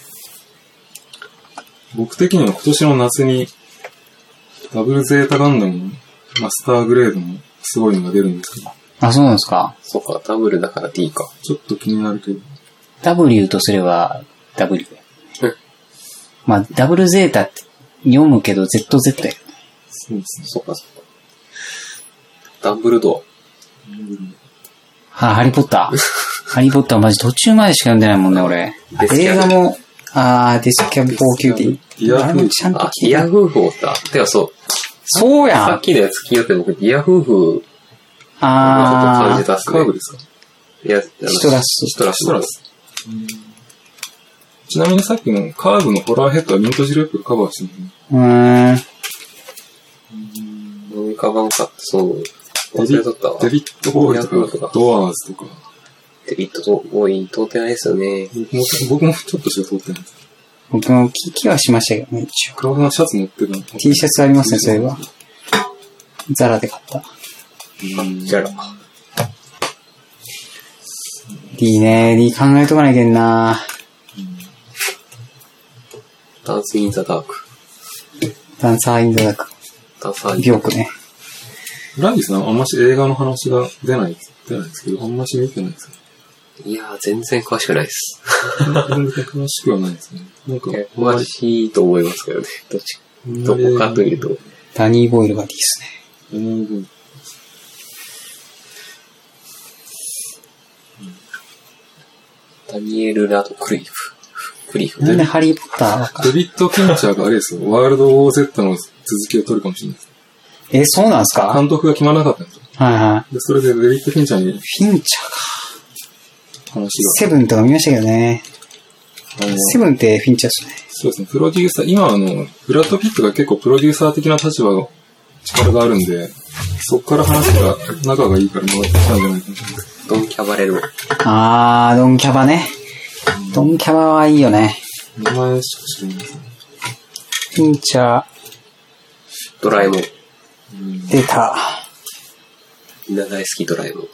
Speaker 1: 僕的には今年の夏にダブルゼータガンダムのマスターグレードのすごいのが出るんですけど。
Speaker 2: あ、そうなんですか。
Speaker 3: そっか、ダブルだから D か。
Speaker 1: ちょっと気になるけど。
Speaker 2: W とすれば W だよ。まあ、ダブルゼータって読むけど ZZ だよ。
Speaker 1: そうですね。
Speaker 3: そっかそっか。ダンブルド
Speaker 2: ハリーポッター。ハリーポッターマジ途中までしか読んでないもんね、俺。映画も、デスキャブ4キューティー。あれもちゃんと聞いて。
Speaker 3: ディア夫婦おった。てかそう。
Speaker 2: そうやん。
Speaker 3: さっきのやつ聞いて僕、ディア夫婦、感じたっすね。
Speaker 1: カーブですか？
Speaker 3: いや、
Speaker 2: シトラス。
Speaker 3: シトラス。
Speaker 1: ちなみにさっきのカーブのホラーヘッドはミントジレップがカバーしてますね。
Speaker 3: 思い浮かばんかった、そう。忘れとったわ。
Speaker 1: デビッド・ボーイとか、ドアーズとか。
Speaker 3: デビッド・ボーイ通ってないですよね。
Speaker 1: 僕もちょっとしか通ってないです。
Speaker 2: 僕も聞きはしましたけどね、一応。
Speaker 1: クラウドのシャツ持ってた。
Speaker 2: T シャツありますね、それは。ザラで買った。
Speaker 3: じゃら。
Speaker 2: D ね、D 考えとかなきゃいけんな。
Speaker 3: ダンス・イン・ザ・ダーク。
Speaker 2: ダンサーインドダーク。
Speaker 3: ダンサー・イン・
Speaker 2: ビョークね。
Speaker 1: ライスさんあんまし映画の話が出ないですけど、あんまし見てないです
Speaker 3: いやー、全然詳しくないです。
Speaker 1: 全然詳しくはないですね。なんか、
Speaker 3: 詳しいと思いますけどね。どこかというと。
Speaker 2: ダニー・ボイルが D ですね。
Speaker 3: ダニエル・ラドクリフ。
Speaker 2: なんでハリー・ポッターわか
Speaker 1: デビッド・フィンチャーがあれですよ、ワールド・ウォー・ゼットの続きを取るかもしれないです。
Speaker 2: そうなんですか？
Speaker 1: 監督が決まらなかったんですよ。
Speaker 2: はいはい。
Speaker 1: で、それでデビッド・フィンチャーに
Speaker 2: フィンチャーか。
Speaker 1: 話が。
Speaker 2: セブンとか見ましたけどね。セブンってフィンチャーですね。
Speaker 1: そうですね、プロデューサー、今ブラッド・ピットが結構プロデューサー的な立場が、力があるんで、そっから話が、仲がいいから回ってきたんじゃないかもしれないです。
Speaker 3: ドン・キャバレロ。
Speaker 2: ドンキャバね。ドンキャバはいいよね。
Speaker 1: 名前しか知らないですね。
Speaker 2: フィンチャー。
Speaker 3: ドラえもん。
Speaker 2: 出た。
Speaker 3: みんな大好きドラえもん。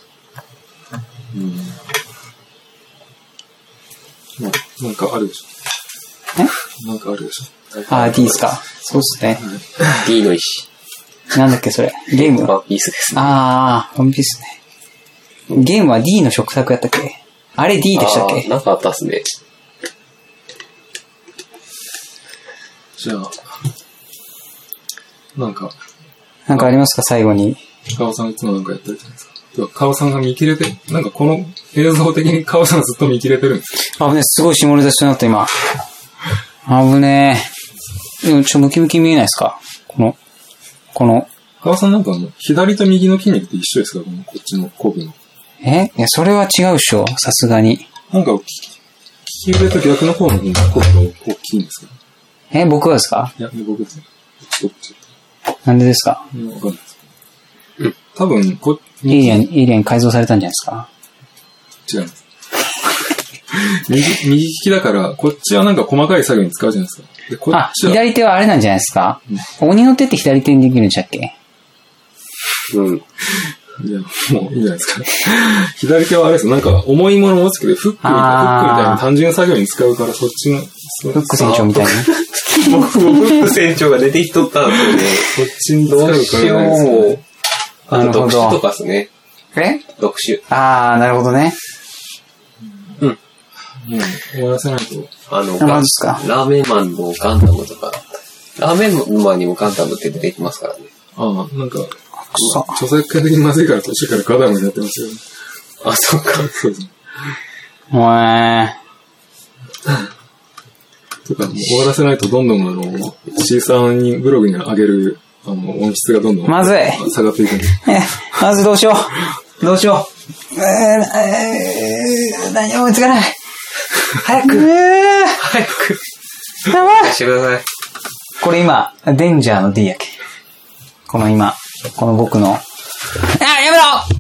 Speaker 1: なんかあるでしょ。なんかあるでしょ。
Speaker 2: D ですか。そうっすね。
Speaker 3: D の石。
Speaker 2: なんだっけ、それ。ゲーム
Speaker 3: ワンピースですね。
Speaker 2: ワンピースね。ゲームは D の食卓やったっけ？あれ D でしたっけ？
Speaker 3: なんかあったっすね。
Speaker 1: じゃあ、なんか
Speaker 2: ありますか、最後に。
Speaker 1: 川さんいつもなんかやってるじゃないですか。川さんが見切れて、なんかこの映像的に川さんずっと見切れてるんです
Speaker 2: 危ねえ、すごい下ネタしそうになった今。危ねえ。でもムキムキ見えないですか？この。
Speaker 1: 川さんなんか左と右の筋肉って一緒ですか？こっちのコブの。
Speaker 2: いや、それは違うでしょ、さすがに。
Speaker 1: なんか、利き腕と逆の方のコブが大きいんですか？
Speaker 2: 僕はですか？
Speaker 1: いや、僕ですね。
Speaker 2: なんでですか？
Speaker 1: わかんないです。多分、
Speaker 2: エイリアン改造されたんじゃないですか？
Speaker 1: 違います。右利きだから、こっちはなんか細かい作業に使うじゃないですか。でこっちは
Speaker 2: 左手はあれなんじゃないですか？鬼の手って左手にできるんでしたっけ？
Speaker 3: うん。
Speaker 1: いや、もういいんじゃないですか。左手はあれですよ。なんか重いもの持つけど、フックみたいな単純作業に使うから、そっちの。
Speaker 2: フック船長みたいな。
Speaker 3: 僕もフック船長が出てきとったんですよね。
Speaker 1: そっちに使うから、ね。
Speaker 3: どうしようも。あと読書とかですね。読書。
Speaker 2: なるほどね。
Speaker 1: うん。もう終わらせないと。
Speaker 2: 何ですか？
Speaker 3: ラーメンマンのガンダムとか。ラーメンマンにもガンダムって出てきますからね。
Speaker 1: なんか、著作権的にまずいから途中からガンダムになってますよね。
Speaker 3: そっか。
Speaker 1: そうですね。とか、終わらせないとどんどんC さんにブログに上げる音質がどんどん
Speaker 2: まずい
Speaker 1: 下がっていくんで。
Speaker 2: まずどうしよう。何も思いつかない。早く。やばい。
Speaker 3: してください。
Speaker 2: これ今、デンジャーの D やけ。この僕の。やめろ